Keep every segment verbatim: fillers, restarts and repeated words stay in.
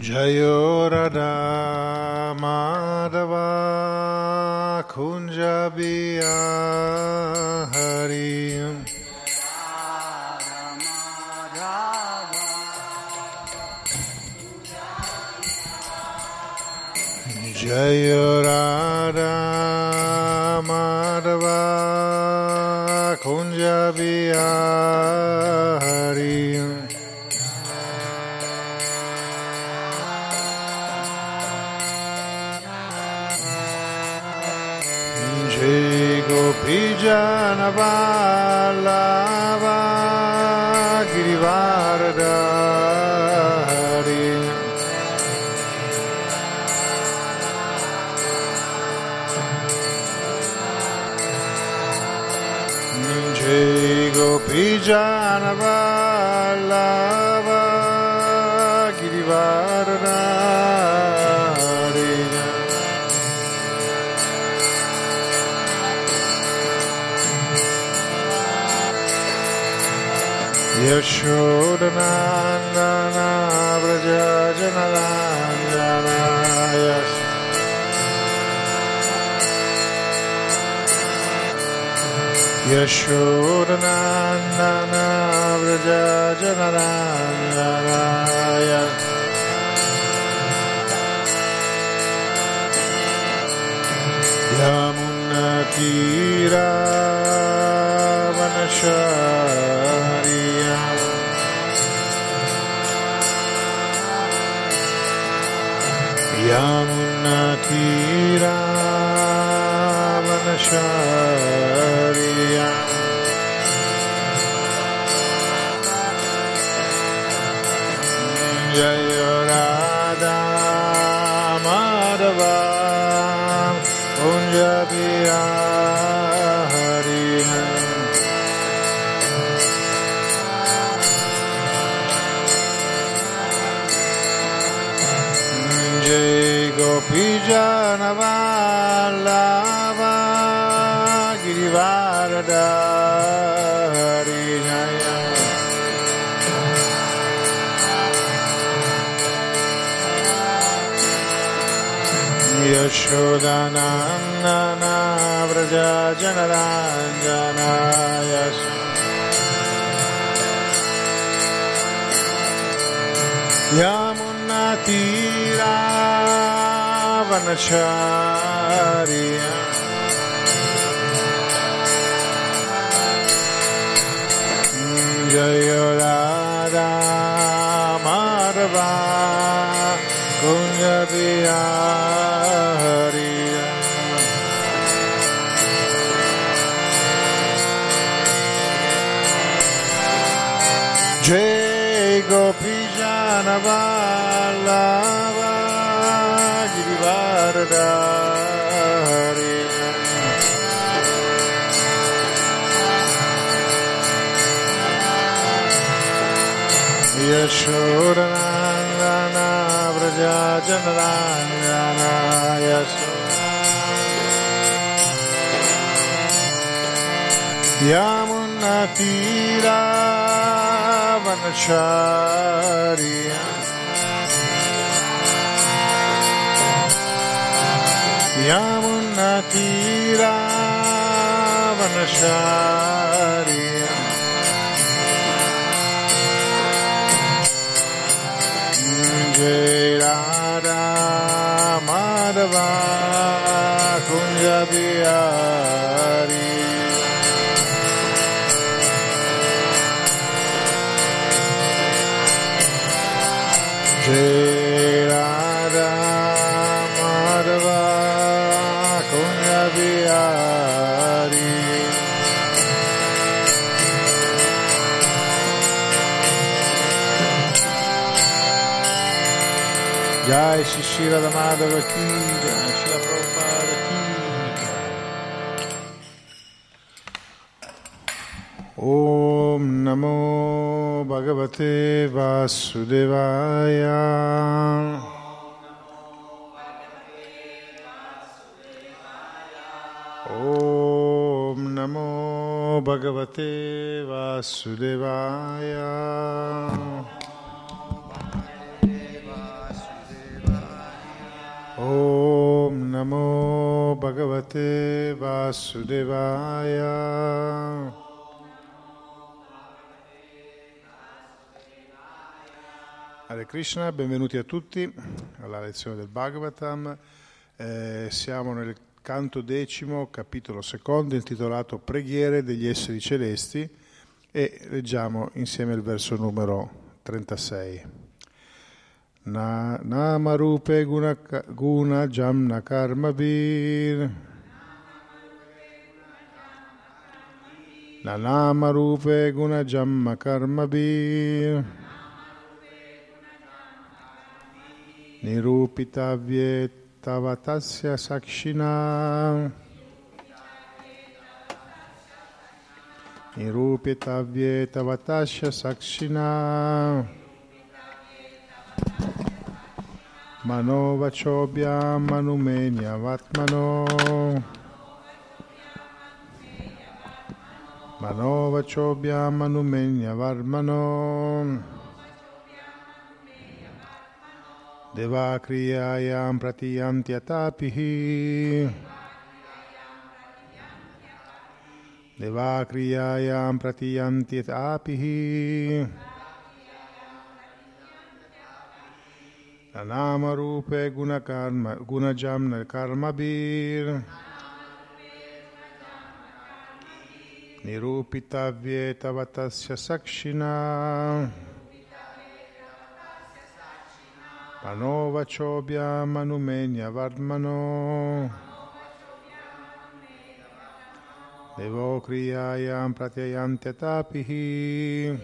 Jayo Radha Madhava Kunja Bihari Jayo Radha Madhava Kunja Bihari Gopijana Vallabha Girivardhari Jai Gopijana Vallabha Girivardhari Yashodanandana Vraja Janaranjana Yashodanandana Vraja Janaranjana Yamuna Tira Vanashari Yamuna Tira Vanashariya Jaya Radha Madhava Kunja Bihari Gopijana Vallabha Girivardhari Yashodanandana Vraja Janaranjana Yamuna Tira Vanashariya Jaya Radha Madhava Kunja Bihari Jai Gopijana Vallabha Girivardhari Yashodanandana Vraja Janaranjana Yamuna Tira Vanashariya Yamuna Tira Vanashariya Jai Radha Madhava Kunja Bihari Jai Radha Madhava Kunja Bihari Jai Shri Radha Madhava Ki Jai Shri Prabhupada Ki Om Namo Bhagavate Vasudevaya Om Namo Bhagavate Vasudevaya Namo Bhagavate Vasudevaya. Hare Krishna, benvenuti a tutti alla lezione del Bhagavatam. Eh, siamo nel canto decimo, capitolo secondo, intitolato Preghiere degli esseri celesti, e leggiamo insieme il verso numero trentasei. Na, Namarupe guna, guna jamna karmabir. Na Namarupe guna jamma karmabir. Nirupitavye tavatasya sakshina. Nirupitavye tavatasya sakshina. Mano vachobhyam manumenya vatmano. Mano vachobhyam manumenya varmano. Deva kriyayam pratiyanti atapihi. Deva kriyayam pratiyanti atapihi. Nanama rupe guna karma guna jamna karmabir. Nirupitavye tavatasya sakshina. Manova chobya manumenya varmano. Devo kriyayam pratyayanti atapihi.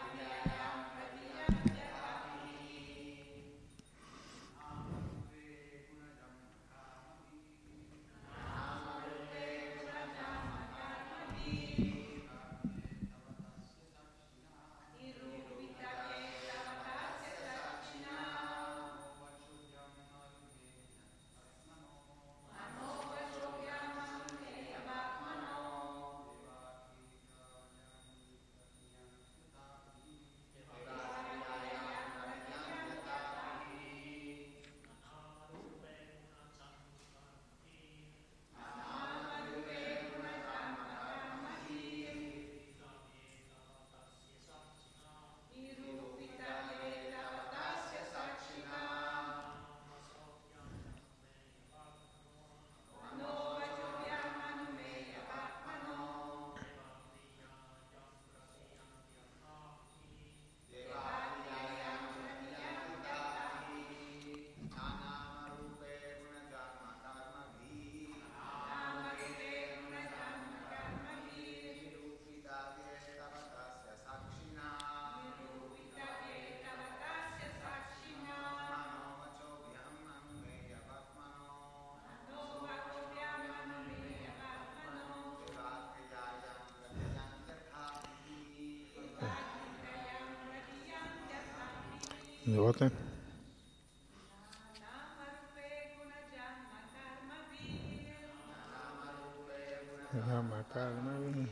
Vote. Karma karma.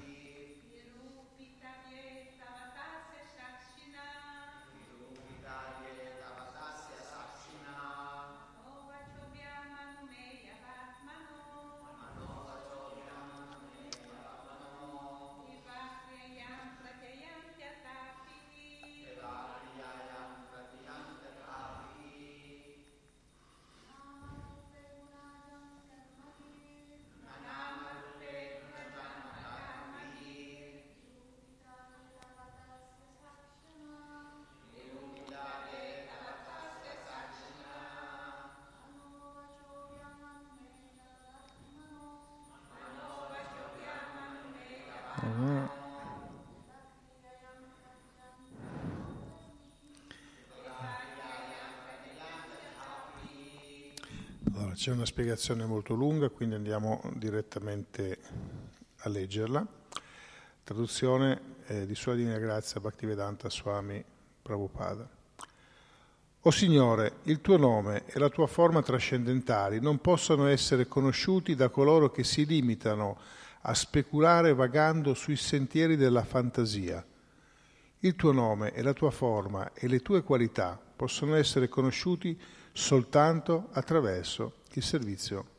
Allora, c'è una spiegazione molto lunga, quindi andiamo direttamente a leggerla. Traduzione eh, di Sua Divina Grazia Bhaktivedanta Swami Prabhupada. O Signore, il tuo nome e la tua forma trascendentali non possono essere conosciuti da coloro che si limitano a speculare vagando sui sentieri della fantasia. Il tuo nome e la tua forma e le tue qualità possono essere conosciuti soltanto attraverso il servizio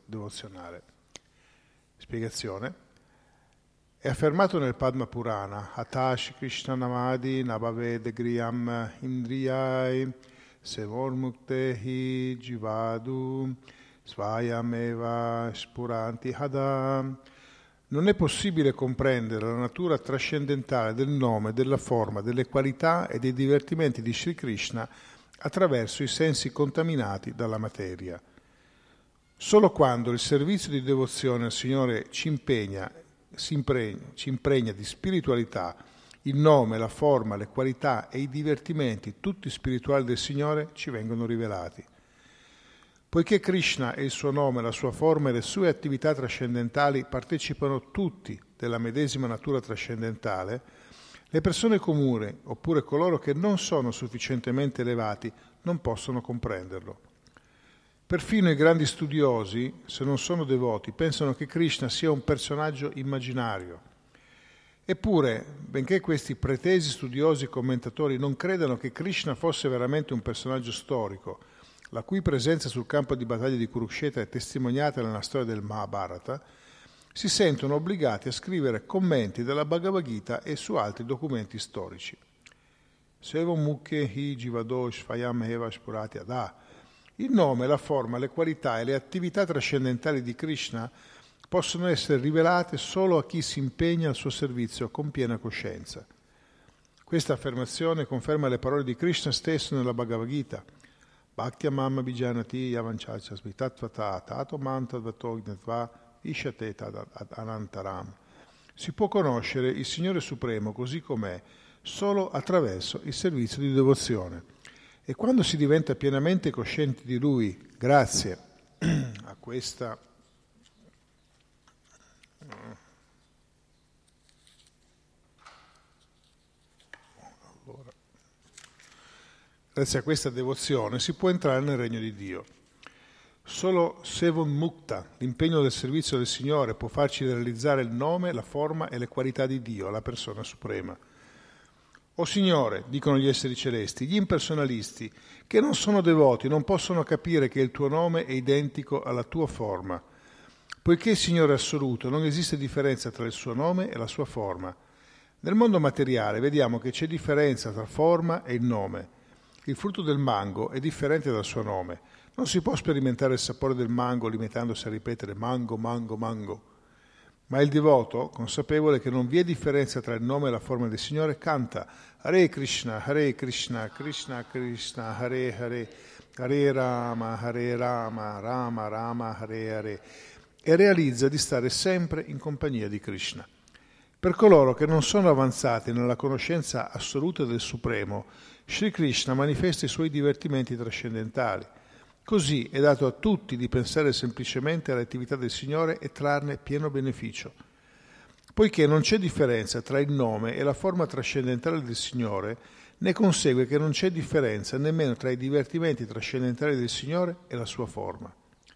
devozionale. Spiegazione. È affermato nel Padma Purana, Atash Krishna Namadi Nabhaved Griyam Indriyai Sevormuktehi Jivadu Svayameva Spuranti Hadam. Non è possibile comprendere la natura trascendentale del nome, della forma, delle qualità e dei divertimenti di Sri Krishna attraverso i sensi contaminati dalla materia. Solo quando il servizio di devozione al Signore ci impegna, si impregna, ci impregna di spiritualità, il nome, la forma, le qualità e i divertimenti, tutti spirituali del Signore, ci vengono rivelati. Poiché Krishna e il suo nome, la sua forma e le sue attività trascendentali partecipano tutti della medesima natura trascendentale, le persone comuni, oppure coloro che non sono sufficientemente elevati, non possono comprenderlo. Perfino i grandi studiosi, se non sono devoti, pensano che Krishna sia un personaggio immaginario. Eppure, benché questi pretesi studiosi e commentatori non credano che Krishna fosse veramente un personaggio storico, la cui presenza sul campo di battaglia di Kurukshetra è testimoniata nella storia del Mahabharata, si sentono obbligati a scrivere commenti della Bhagavad Gita e su altri documenti storici. Sevam Mukhye Hi Jivadosh Fayam Eva Spurati Adha. Il nome, la forma, le qualità e le attività trascendentali di Krishna possono essere rivelate solo a chi si impegna al suo servizio con piena coscienza. Questa affermazione conferma le parole di Krishna stesso nella Bhagavad Gita. Bhaktya mamma bijanati yavanchacha smitattvata tato mantadvato gnatva ishate anantaram. Si può conoscere il Signore Supremo così com'è solo attraverso il servizio di devozione. E quando si diventa pienamente coscienti di Lui, grazie a questa allora, grazie a questa devozione si può entrare nel regno di Dio. Solo Sevan Mukta, l'impegno del servizio del Signore, può farci realizzare il nome, la forma e le qualità di Dio, la persona suprema. O Signore, dicono gli esseri celesti, gli impersonalisti, che non sono devoti, non possono capire che il tuo nome è identico alla tua forma. Poiché, Signore assoluto, non esiste differenza tra il suo nome e la sua forma. Nel mondo materiale vediamo che c'è differenza tra forma e il nome. Il frutto del mango è differente dal suo nome. Non si può sperimentare il sapore del mango limitandosi a ripetere mango, mango, mango. Ma il devoto, consapevole che non vi è differenza tra il nome e la forma del Signore, canta Hare Krishna, Hare Krishna, Krishna Krishna, Hare Hare, Hare Rama, Hare Rama, Rama Rama, Hare Hare, e realizza di stare sempre in compagnia di Krishna. Per coloro che non sono avanzati nella conoscenza assoluta del Supremo, Sri Krishna manifesta i suoi divertimenti trascendentali. Così è dato a tutti di pensare semplicemente alle attività del Signore e trarne pieno beneficio. Poiché non c'è differenza tra il nome e la forma trascendentale del Signore, ne consegue che non c'è differenza nemmeno tra i divertimenti trascendentali del Signore e la sua forma.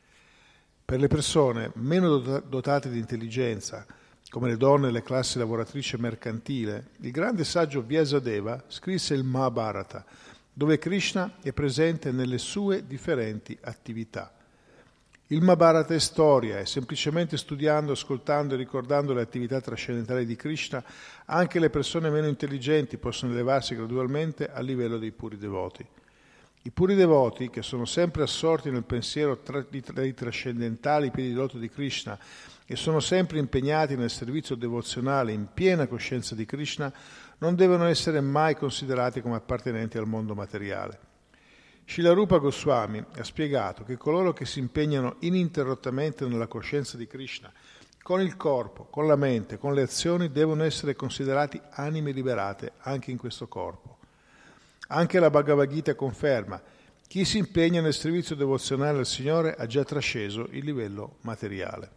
Per le persone meno dotate di intelligenza, come le donne e le classi lavoratrici mercantile, il grande saggio Vyasadeva scrisse il Mahabharata, dove Krishna è presente nelle sue differenti attività. Il Mahabharata è storia e semplicemente studiando, ascoltando e ricordando le attività trascendentali di Krishna, anche le persone meno intelligenti possono elevarsi gradualmente al livello dei puri devoti. I puri devoti, che sono sempre assorti nel pensiero tra, di, dei trascendentali piedi di loto di Krishna e sono sempre impegnati nel servizio devozionale in piena coscienza di Krishna, non devono essere mai considerati come appartenenti al mondo materiale. Srila Rupa Goswami ha spiegato che coloro che si impegnano ininterrottamente nella coscienza di Krishna, con il corpo, con la mente, con le azioni, devono essere considerati anime liberate anche in questo corpo. Anche la Bhagavad Gita conferma: chi si impegna nel servizio devozionale al Signore ha già trasceso il livello materiale.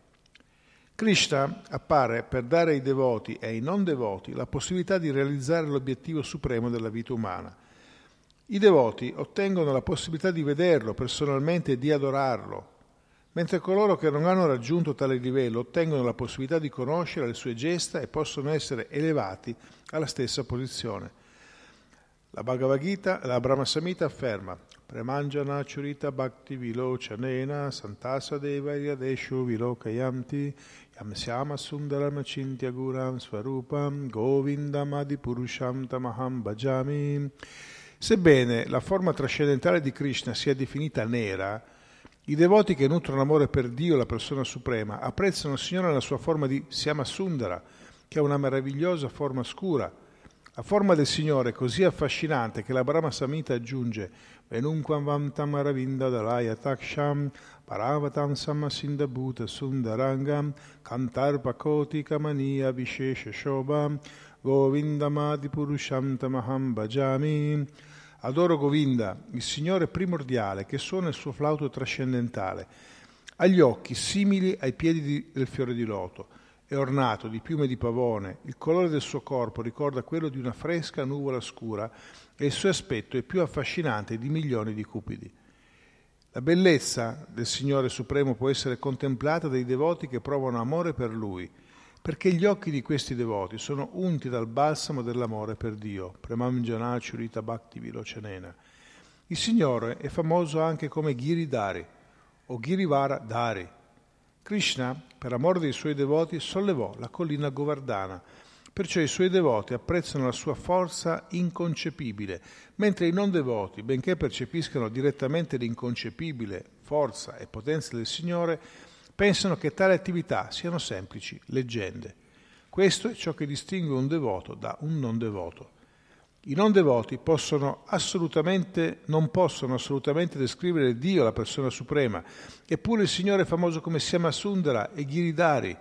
Krishna appare per dare ai devoti e ai non devoti la possibilità di realizzare l'obiettivo supremo della vita umana. I devoti ottengono la possibilità di vederlo personalmente e di adorarlo, mentre coloro che non hanno raggiunto tale livello ottengono la possibilità di conoscere le sue gesta e possono essere elevati alla stessa posizione. La Bhagavad Gita, la Brahma Samhita afferma Premanjana Churita Bhakti Vilochanena Santasa Deva Yadeshu Vilokayanti Yamsyama Sundaram Chintya Guram Svarupam Govindam Adipurusham Tamaham Bhajami. Sebbene la forma trascendentale di Krishna sia definita nera, i devoti che nutrono amore per Dio, la persona suprema, apprezzano il Signore nella sua forma di Syama Sundara, che ha una meravigliosa forma scura. La forma del Signore è così affascinante che la Brahma Samhita aggiunge Venunquam vantam aravinda dalaya taksham paravatam samasinda bhuta sundarangam kantarpa koti kamaniya vishesha shobham govindamadi purusham tamaham bhajami. Adoro Govinda, il Signore primordiale che suona il suo flauto trascendentale. Ha gli occhi simili ai piedi di, del fiore di loto. È ornato di piume di pavone, il colore del suo corpo ricorda quello di una fresca nuvola scura e il suo aspetto è più affascinante di milioni di cupidi. La bellezza del Signore Supremo può essere contemplata dai devoti che provano amore per Lui, perché gli occhi di questi devoti sono unti dal balsamo dell'amore per Dio. Premanjana Churita Bhakti Vilochanena. Il Signore è famoso anche come Giridhari o Girivara Dhari. Krishna, per amore dei suoi devoti, sollevò la collina Govardhana, perciò i suoi devoti apprezzano la sua forza inconcepibile, mentre i non devoti, benché percepiscano direttamente l'inconcepibile forza e potenza del Signore, pensano che tali attività siano semplici leggende. Questo è ciò che distingue un devoto da un non devoto. I non devoti possono assolutamente, non possono assolutamente descrivere Dio, la persona suprema, eppure il Signore è famoso come Syama Sundara e Giridhari.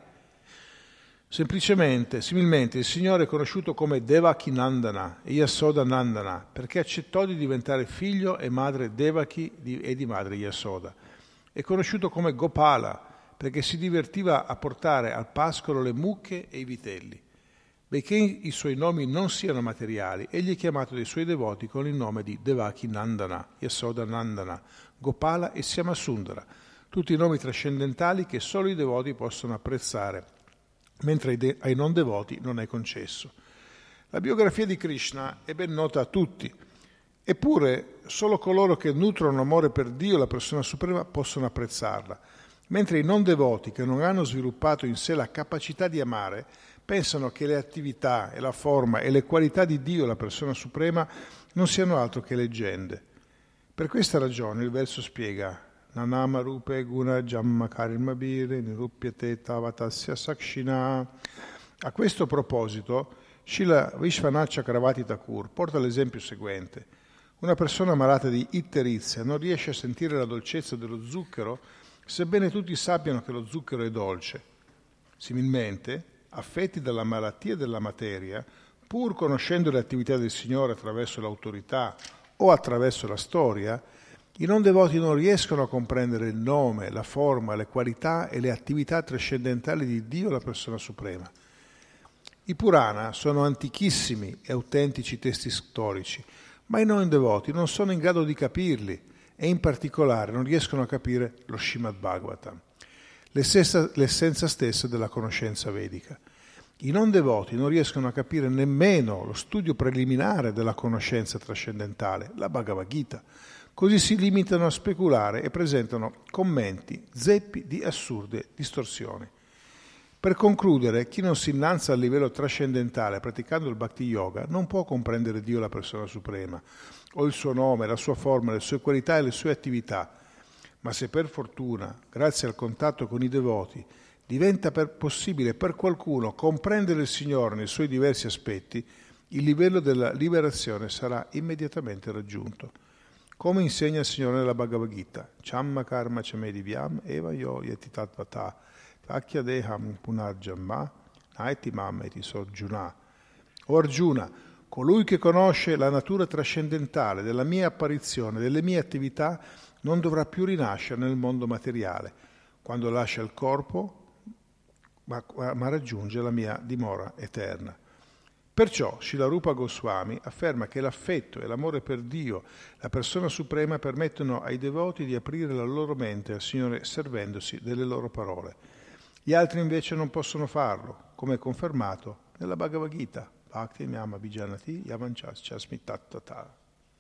Semplicemente, similmente, il Signore è conosciuto come Devaki Nandana e Yasoda Nandana, perché accettò di diventare figlio e madre Devaki e di madre Yasoda. È conosciuto come Gopala, perché si divertiva a portare al pascolo le mucche e i vitelli. Benché i suoi nomi non siano materiali, egli è chiamato dai suoi devoti con il nome di Devaki Nandana, Yasoda Nandana, Gopala e Syama Sundara, tutti nomi trascendentali che solo i devoti possono apprezzare, mentre ai, de- ai non devoti non è concesso. La biografia di Krishna è ben nota a tutti, eppure solo coloro che nutrono amore per Dio, la persona suprema, possono apprezzarla, mentre i non devoti che non hanno sviluppato in sé la capacità di amare pensano che le attività e la forma e le qualità di Dio, la persona suprema, non siano altro che leggende. Per questa ragione il verso spiega Nanama rupe guna jamma karimabire nirupyate tavatasya sakshina. A questo proposito, Srila Vishwanath Chakravarti Thakur porta l'esempio seguente. Una persona malata di itterizia non riesce a sentire la dolcezza dello zucchero, sebbene tutti sappiano che lo zucchero è dolce. Similmente, affetti dalla malattia della materia, pur conoscendo le attività del Signore attraverso l'autorità o attraverso la storia, i non devoti non riescono a comprendere il nome, la forma, le qualità e le attività trascendentali di Dio, la persona suprema. I Purana sono antichissimi e autentici testi storici, ma i non devoti non sono in grado di capirli e in particolare non riescono a capire lo Srimad Bhagavatam, l'essenza stessa della conoscenza vedica. I non devoti non riescono a capire nemmeno lo studio preliminare della conoscenza trascendentale, la Bhagavad Gita. Così si limitano a speculare e presentano commenti zeppi di assurde distorsioni. Per concludere, chi non si innalza al livello trascendentale praticando il Bhakti Yoga non può comprendere Dio, la persona suprema, o il suo nome, la sua forma, le sue qualità e le sue attività. Ma se per fortuna, grazie al contatto con i devoti, diventa per possibile per qualcuno comprendere il Signore nei suoi diversi aspetti, il livello della liberazione sarà immediatamente raggiunto. Come insegna il Signore nella Bhagavad Gita, Chamma karma chamedivyam eva yo yeti tatvata takya deham punarjamma naiti mam eti sorjuna. O Arjuna, colui che conosce la natura trascendentale della mia apparizione, delle mie attività, non dovrà più rinascere nel mondo materiale. Quando lascia il corpo, ma, ma raggiunge la mia dimora eterna. Perciò Srila Rupa Goswami afferma che l'affetto e l'amore per Dio, la persona suprema, permettono ai devoti di aprire la loro mente al Signore servendosi delle loro parole. Gli altri invece non possono farlo, come è confermato nella Bhagavad Gita. bhakti yama vijanati yamanchasmi tattata.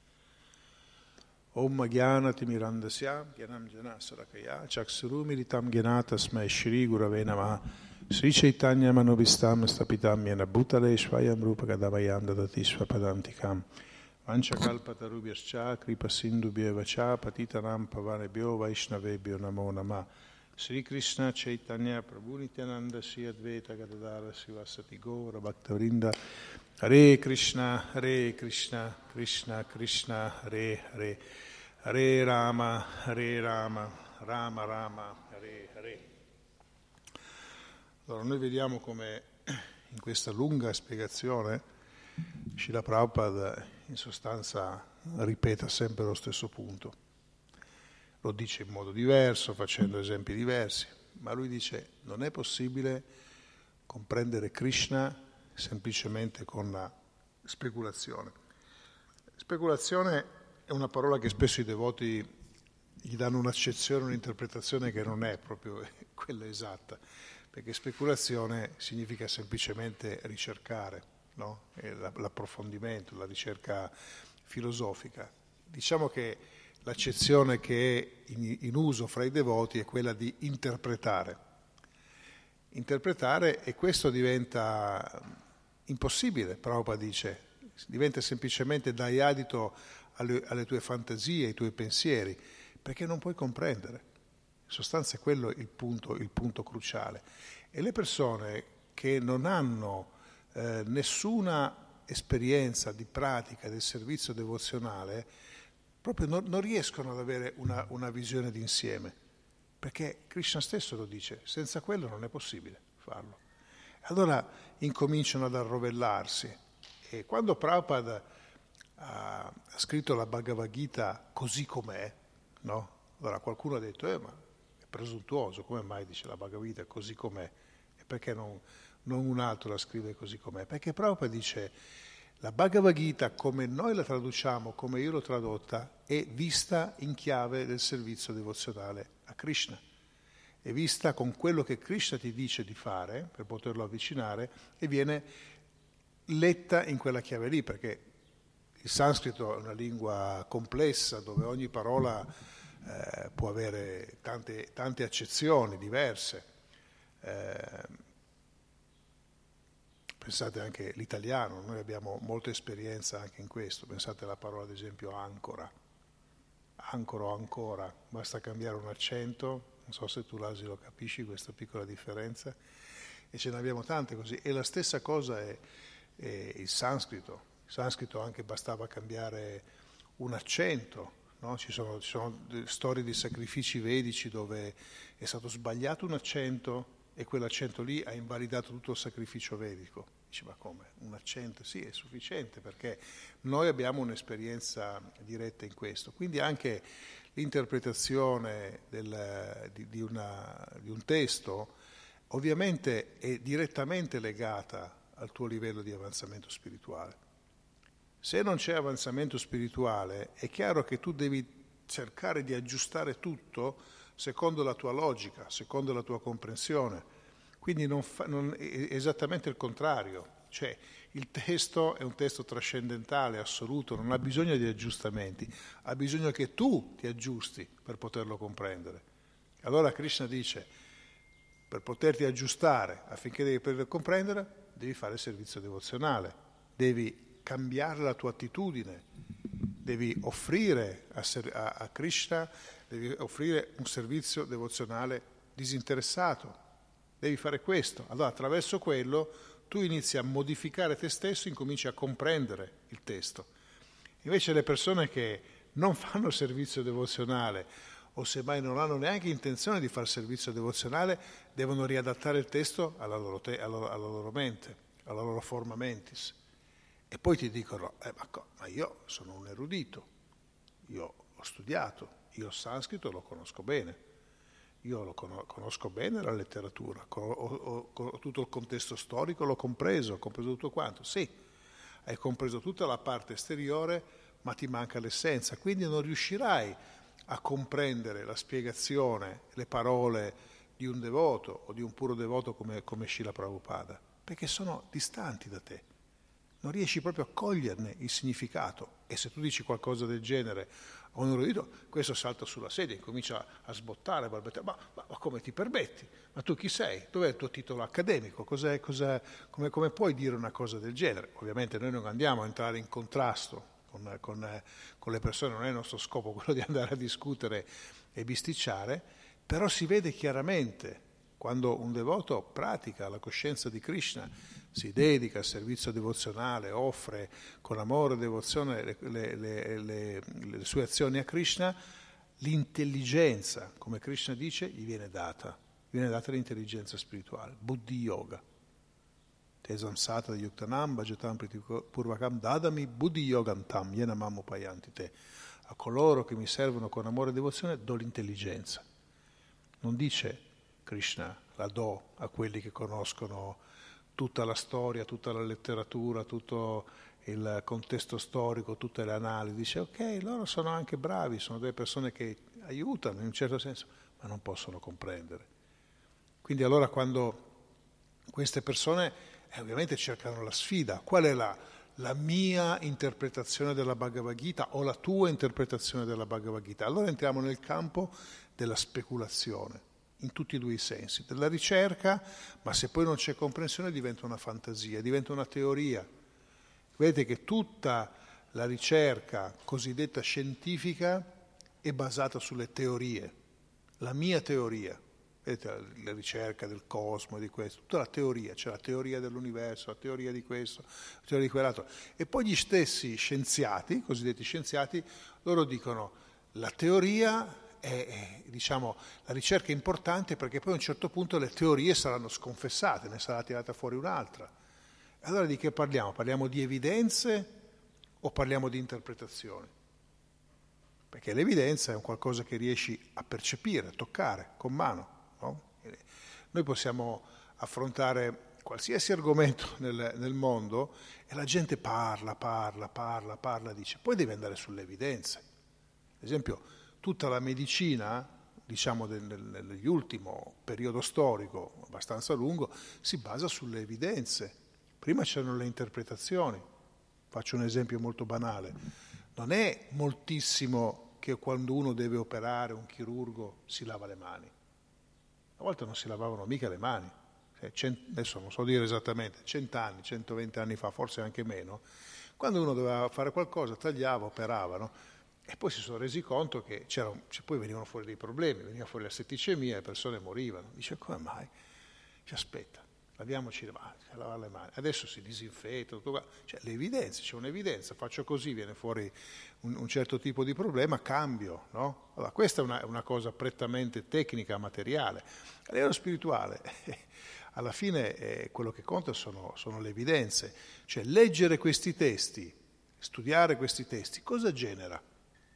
Om Gyanati Mirandasyam Gyanam Janasarakaya Chaksurumiritam Gyanatasmai Shri Gurave Namaha Sri Chaitanya Manovistam Stapitam Yena Bhutale Shvayam Rupa Kadavayan Dadati Svapadantikam Vanchakalpatarubhyascha Kripa Sindubhyevacha Patitanam Pavanebhyo Vaishnavebhyo Namo Namah Sri Krishna Chaitanya Prabhu Nityananda Sri Advaita Gadadara Srivasati Gaura Bhaktavrinda Hare Krishna, Hare Krishna, Krishna Krishna, Hare Hare, Hare Rama, Hare Rama, Rama Rama, Hare Hare. Allora noi vediamo come in questa lunga spiegazione Srila Prabhupada in sostanza ripeta sempre lo stesso punto. Lo dice in modo diverso, facendo esempi diversi, ma lui dice non è possibile comprendere Krishna semplicemente con la speculazione. Speculazione è una parola che spesso i devoti gli danno un'accezione, un'interpretazione che non è proprio quella esatta, perché speculazione significa semplicemente ricercare, no? L'approfondimento, la ricerca filosofica. Diciamo che l'accezione che è in, in uso fra i devoti è quella di interpretare. Interpretare, e questo diventa impossibile, Prabhupada dice, diventa semplicemente dai adito alle, alle tue fantasie, ai tuoi pensieri, perché non puoi comprendere. In sostanza è quello il punto, il punto cruciale. E le persone che non hanno eh, nessuna esperienza di pratica del servizio devozionale proprio non, non riescono ad avere una, una visione d'insieme, perché Krishna stesso lo dice, senza quello non è possibile farlo. Allora incominciano ad arrovellarsi, e quando Prabhupada ha scritto la Bhagavad Gita così com'è, no? Allora qualcuno ha detto, eh ma è presuntuoso, come mai dice la Bhagavad Gita così com'è? E perché non, non un altro la scrive così com'è? Perché Prabhupada dice, la Bhagavad Gita come noi la traduciamo, come io l'ho tradotta, è vista in chiave del servizio devozionale a Krishna. È vista con quello che Krishna ti dice di fare per poterlo avvicinare, e viene letta in quella chiave lì, perché il sanscrito è una lingua complessa dove ogni parola eh, può avere tante, tante accezioni diverse. Eh, pensate anche l'italiano, noi abbiamo molta esperienza anche in questo, pensate alla parola ad esempio ancora, ancora o ancora, basta cambiare un accento. Non so se tu, Lasi, lo capisci questa piccola differenza, e ce ne abbiamo tante così. E la stessa cosa è, è il sanscrito. Il sanscrito anche bastava cambiare un accento, no? Ci sono, ci sono storie di sacrifici vedici dove è stato sbagliato un accento e quell'accento lì ha invalidato tutto il sacrificio vedico. Dici, ma come? Un accento? Sì, è sufficiente, perché noi abbiamo un'esperienza diretta in questo. Quindi anche l'interpretazione del, di, di, una, di un testo ovviamente è direttamente legata al tuo livello di avanzamento spirituale. Se non c'è avanzamento spirituale, è chiaro che tu devi cercare di aggiustare tutto secondo la tua logica, secondo la tua comprensione. Quindi non fa, non, è esattamente il contrario. Cioè, il testo è un testo trascendentale, assoluto, non ha bisogno di aggiustamenti, ha bisogno che tu ti aggiusti per poterlo comprendere. Allora Krishna dice, per poterti aggiustare affinché devi poter comprendere, devi fare il servizio devozionale, devi cambiare la tua attitudine, devi offrire a, a, a Krishna, devi offrire un servizio devozionale disinteressato, devi fare questo. Allora attraverso quello tu inizi a modificare te stesso, incominci a comprendere il testo. Invece le persone che non fanno servizio devozionale, o semmai non hanno neanche intenzione di fare servizio devozionale, devono riadattare il testo alla loro, te, alla, alla loro mente, alla loro forma mentis. E poi ti dicono, eh, ma, ma io sono un erudito, io ho studiato, io il sanscrito lo conosco bene. Io lo conosco bene la letteratura, ho, ho, ho, tutto il contesto storico l'ho compreso, ho compreso tutto quanto. Sì, hai compreso tutta la parte esteriore, ma ti manca l'essenza, quindi non riuscirai a comprendere la spiegazione, le parole di un devoto o di un puro devoto come, come Srila Prabhupada, perché sono distanti da te. non riesci proprio a coglierne il significato. E se tu dici qualcosa del genere a un erudito, questo salta sulla sedia e comincia a sbottare, a balbettare. Ma, ma, ma come ti permetti? Ma tu chi sei? Dov'è il tuo titolo accademico? Cos'è, cos'è, come, come puoi dire una cosa del genere? Ovviamente noi non andiamo a entrare in contrasto con, con, con le persone, non è il nostro scopo quello di andare a discutere e bisticciare, però si vede chiaramente quando un devoto pratica la coscienza di Krishna, si dedica al servizio devozionale, offre con amore e devozione le, le, le, le, le sue azioni a Krishna, l'intelligenza, come Krishna dice, gli viene data, gli viene data l'intelligenza spirituale, buddhi yoga. Tesam sata yuktanam bhajatam purvakam dadami buddhi yogantam yenamam upayanti te. A coloro che mi servono con amore e devozione do l'intelligenza. Non dice Krishna, la do a quelli che conoscono tutta la storia, tutta la letteratura, tutto il contesto storico, tutte le analisi. Dice, ok, loro sono anche bravi, sono delle persone che aiutano in un certo senso, ma non possono comprendere. Quindi allora quando queste persone eh, ovviamente cercano la sfida, qual è la, la mia interpretazione della Bhagavad Gita o la tua interpretazione della Bhagavad Gita? Allora entriamo nel campo della speculazione, in tutti e due i sensi, della ricerca, ma se poi non c'è comprensione diventa una fantasia, diventa una teoria. Vedete che tutta la ricerca cosiddetta scientifica è basata sulle teorie, la mia teoria, vedete la ricerca del cosmo, di questo, tutta la teoria, c'è la teoria dell'universo, la teoria di questo, la teoria di quell'altro, e poi gli stessi scienziati, cosiddetti scienziati, loro dicono la teoria è, è, diciamo, la ricerca è importante perché poi a un certo punto le teorie saranno sconfessate, ne sarà tirata fuori un'altra. Allora di che parliamo? Parliamo di evidenze o parliamo di interpretazioni? Perché l'evidenza è un qualcosa che riesci a percepire, a toccare con mano, no? Noi possiamo affrontare qualsiasi argomento nel, nel mondo e la gente parla, parla, parla, parla, dice, poi devi andare sulle evidenze. Ad esempio, tutta la medicina, diciamo nell'ultimo periodo storico abbastanza lungo, si basa sulle evidenze. Prima c'erano le interpretazioni. Faccio un esempio molto banale. Non è moltissimo che quando uno deve operare, un chirurgo, si lava le mani. Una volta non si lavavano mica le mani. Adesso non so dire esattamente, cent'anni, centoventi anni fa, forse anche meno, quando uno doveva fare qualcosa, tagliava, operava, no? E poi si sono resi conto che c'era, cioè, poi venivano fuori dei problemi, veniva fuori la setticemia e le persone morivano. Dice, come mai? Ci aspetta, laviamoci le mani, lavare le mani. Adesso si disinfetta, tutto qua. Cioè, le evidenze, c'è un'evidenza, faccio così, viene fuori un, un certo tipo di problema, cambio, no? Allora, questa è una, una cosa prettamente tecnica, materiale. A livello spirituale, alla fine eh, quello che conta sono, sono le evidenze. Cioè, leggere questi testi, studiare questi testi, cosa genera?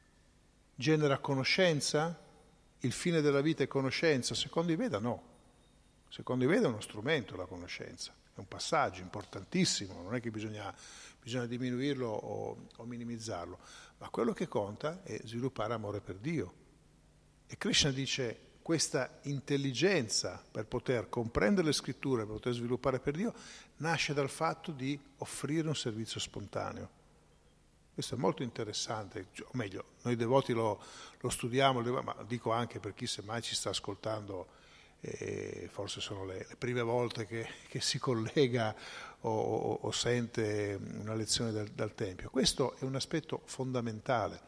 Genera conoscenza? Il fine della vita è conoscenza? Secondo i Veda no. Secondo i Veda è uno strumento la conoscenza, è un passaggio importantissimo, non è che bisogna, bisogna diminuirlo o, o minimizzarlo, ma quello che conta è sviluppare amore per Dio. E Krishna dice questa intelligenza per poter comprendere le scritture, per poter sviluppare per Dio, nasce dal fatto di offrire un servizio spontaneo. Questo è molto interessante, o meglio, noi devoti lo, lo studiamo, ma dico anche per chi semmai ci sta ascoltando, eh, forse sono le, le prime volte che, che si collega o, o, o sente una lezione dal, dal Tempio. Questo è un aspetto fondamentale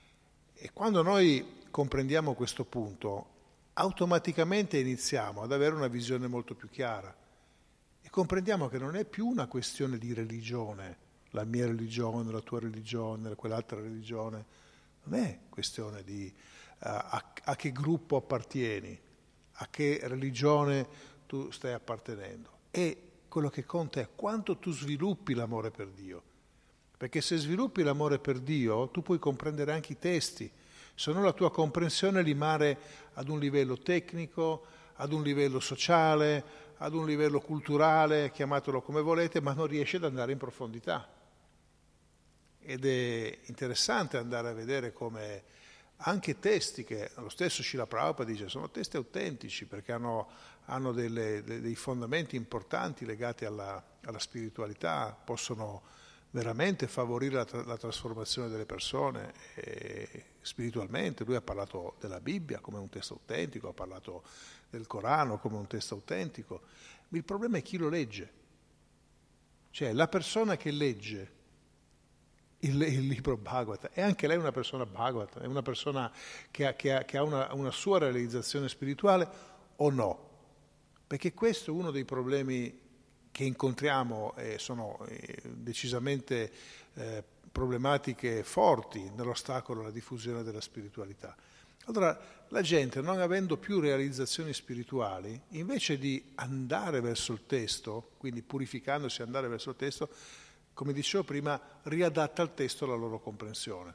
e quando noi comprendiamo questo punto, automaticamente iniziamo ad avere una visione molto più chiara e comprendiamo che non è più una questione di religione, la mia religione, la tua religione, quell'altra religione, non è questione di uh, a, a che gruppo appartieni, a che religione tu stai appartenendo. E quello che conta è quanto tu sviluppi l'amore per Dio. Perché se sviluppi l'amore per Dio, tu puoi comprendere anche i testi, se no la tua comprensione rimane ad un livello tecnico, ad un livello sociale, ad un livello culturale, chiamatelo come volete, ma non riesci ad andare in profondità. Ed è interessante andare a vedere come anche testi che lo stesso Srila Prabhupada dice sono testi autentici perché hanno, hanno delle, dei fondamenti importanti legati alla, alla spiritualità, possono veramente favorire la, tra- la trasformazione delle persone eh, spiritualmente. Lui ha parlato della Bibbia come un testo autentico, ha parlato del Corano come un testo autentico. Il problema è chi lo legge. Cioè la persona che legge il, il libro Bhagavad è anche lei una persona Bhagavad, è una persona che ha, che ha, che ha una, una sua realizzazione spirituale o no? Perché questo è uno dei problemi che incontriamo e sono eh, decisamente eh, problematiche forti nell'ostacolo alla diffusione della spiritualità. Allora la gente, non avendo più realizzazioni spirituali, invece di andare verso il testo, quindi purificandosi e andare verso il testo, come dicevo prima, riadatta al testo la loro comprensione.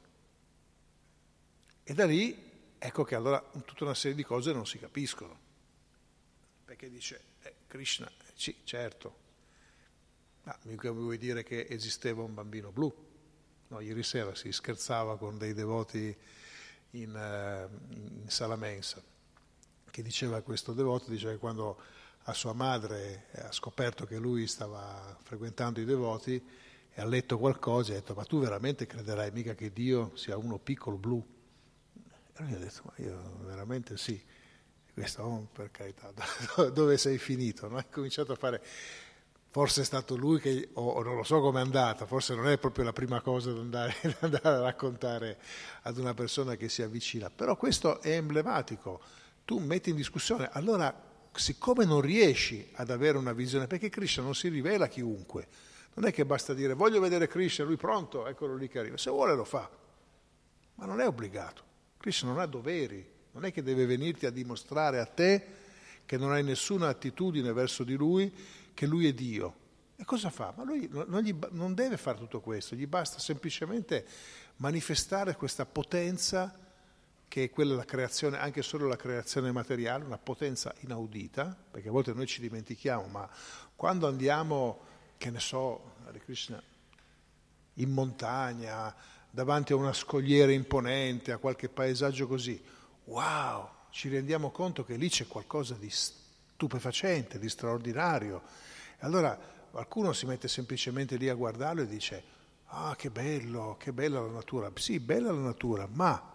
E da lì ecco che allora tutta una serie di cose non si capiscono. Perché dice, eh, Krishna, sì, certo, ma mica vuoi dire che esisteva un bambino blu? No, ieri sera si scherzava con dei devoti in, uh, in sala mensa, che diceva questo devoto, diceva che quando a sua madre ha scoperto che lui stava frequentando i devoti e ha letto qualcosa, ha detto, ma tu veramente crederai mica che Dio sia uno piccolo blu? E lui ha detto, ma io veramente sì. Questo, oh, per carità, dove sei finito? No? Ha cominciato a fare, forse è stato lui che, o, o non lo so com'è andata, forse non è proprio la prima cosa da andare, da andare a raccontare ad una persona che si avvicina, però questo è emblematico, tu metti in discussione, allora siccome non riesci ad avere una visione, perché Krishna non si rivela a chiunque, non è che basta dire voglio vedere Krishna, lui pronto, eccolo lì che arriva, se vuole lo fa, ma non è obbligato, Krishna non ha doveri. Non è che deve venirti a dimostrare a te che non hai nessuna attitudine verso di lui, che lui è Dio. E cosa fa? Ma lui non, gli, non deve fare tutto questo, gli basta semplicemente manifestare questa potenza che è quella della creazione, anche solo la creazione materiale, una potenza inaudita, perché a volte noi ci dimentichiamo, ma quando andiamo, che ne so, Hare Krishna, in montagna, davanti a una scogliera imponente, a qualche paesaggio così, wow, ci rendiamo conto che lì c'è qualcosa di stupefacente, di straordinario. E allora qualcuno si mette semplicemente lì a guardarlo e dice, ah, che bello, che bella la natura. Sì, bella la natura, ma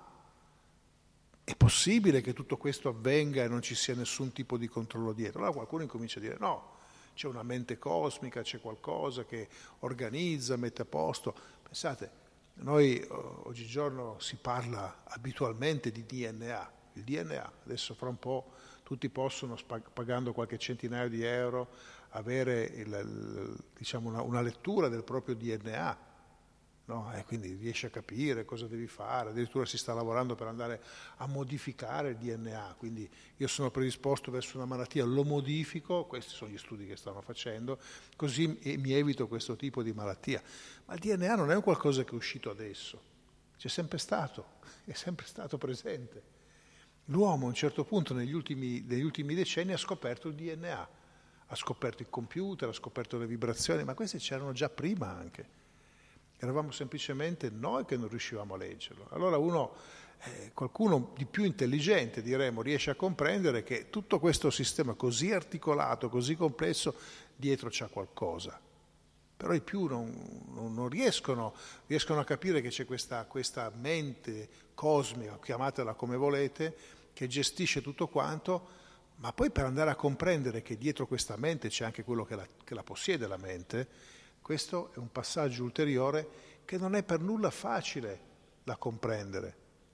è possibile che tutto questo avvenga e non ci sia nessun tipo di controllo dietro? Allora qualcuno incomincia a dire, no, c'è una mente cosmica, c'è qualcosa che organizza, mette a posto. Pensate, noi oggigiorno si parla abitualmente di D N A, il D N A, adesso fra un po' tutti possono, pagando qualche centinaio di euro, avere il, il, diciamo una, una lettura del proprio D N A, no? E quindi riesci a capire cosa devi fare, addirittura si sta lavorando per andare a modificare il D N A, quindi io sono predisposto verso una malattia, lo modifico, questi sono gli studi che stanno facendo, così mi evito questo tipo di malattia. Ma il D N A non è un qualcosa che è uscito adesso, c'è sempre stato, è sempre stato presente. L'uomo a un certo punto negli ultimi, negli ultimi decenni ha scoperto il D N A, ha scoperto il computer, ha scoperto le vibrazioni, ma queste c'erano già prima anche. Eravamo semplicemente noi che non riuscivamo a leggerlo. Allora uno, eh, qualcuno di più intelligente, diremo, riesce a comprendere che tutto questo sistema così articolato, così complesso, dietro c'è qualcosa. Però i più non, non, non riescono, riescono a capire che c'è questa, questa mente cosmica, chiamatela come volete, che gestisce tutto quanto, ma poi per andare a comprendere che dietro questa mente c'è anche quello che la, che la possiede la mente, questo è un passaggio ulteriore che non è per nulla facile da comprendere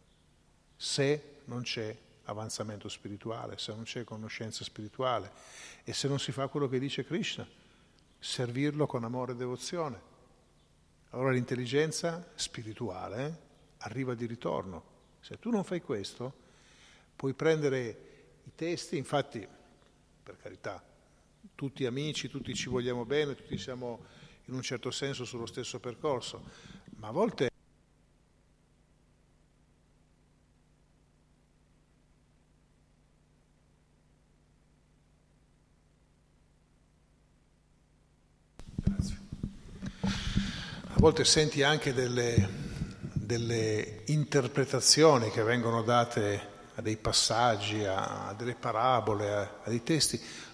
se non c'è avanzamento spirituale, se non c'è conoscenza spirituale e se non si fa quello che dice Krishna, servirlo con amore e devozione. Allora l'intelligenza spirituale eh, arriva di ritorno. Se tu non fai questo, puoi prendere i testi, infatti, per carità, tutti amici, tutti ci vogliamo bene, tutti siamo in un certo senso sullo stesso percorso, ma a volte Grazie. A volte senti anche delle, delle interpretazioni che vengono date a dei passaggi, a, a delle parabole, a, a dei testi,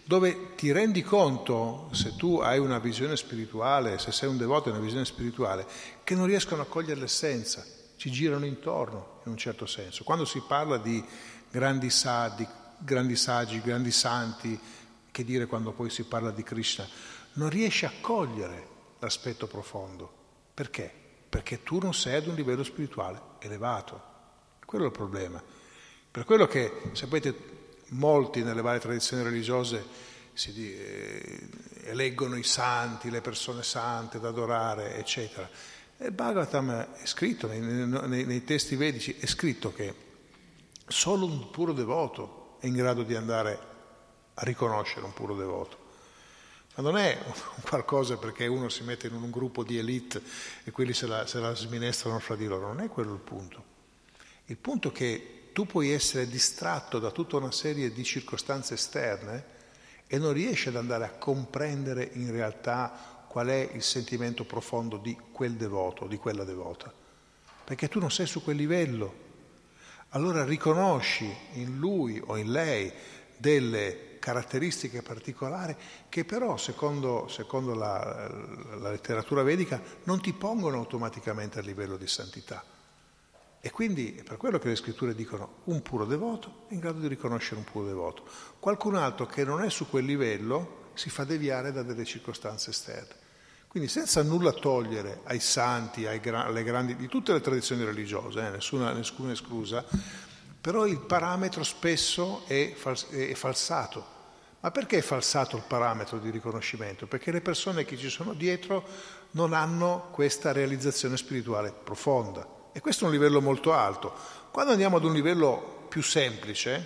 dove ti rendi conto, se tu hai una visione spirituale, se sei un devoto e una visione spirituale, che non riescono a cogliere l'essenza, ci girano intorno in un certo senso. Quando si parla di grandi saggi, grandi saggi, grandi santi, che dire quando poi si parla di Krishna, non riesci a cogliere l'aspetto profondo. Perché? Perché tu non sei ad un livello spirituale elevato. Quello è il problema. Per quello che, sapete, molti nelle varie tradizioni religiose si eh, eleggono i santi, le persone sante da adorare, eccetera. E il Bhagavatam è scritto, nei, nei, nei testi vedici, è scritto che solo un puro devoto è in grado di andare a riconoscere un puro devoto. Ma non è un qualcosa perché uno si mette in un gruppo di elite e quelli se la, se la sminestrano fra di loro, non è quello il punto. Il punto è che tu puoi essere distratto da tutta una serie di circostanze esterne e non riesci ad andare a comprendere in realtà qual è il sentimento profondo di quel devoto, di quella devota, perché tu non sei su quel livello. Allora riconosci in lui o in lei delle caratteristiche particolari che però, secondo, secondo la, la letteratura vedica, non ti pongono automaticamente a livello di santità. E quindi è per quello che le scritture dicono un puro devoto è in grado di riconoscere un puro devoto. Qualcun altro che non è su quel livello si fa deviare da delle circostanze esterne. Quindi senza nulla togliere ai santi, ai gra- alle grandi, di tutte le tradizioni religiose, eh, nessuna, nessuna esclusa, però il parametro spesso è, fals- è falsato. Ma perché è falsato il parametro di riconoscimento? Perché le persone che ci sono dietro non hanno questa realizzazione spirituale profonda. E questo è un livello molto alto. Quando andiamo ad un livello più semplice,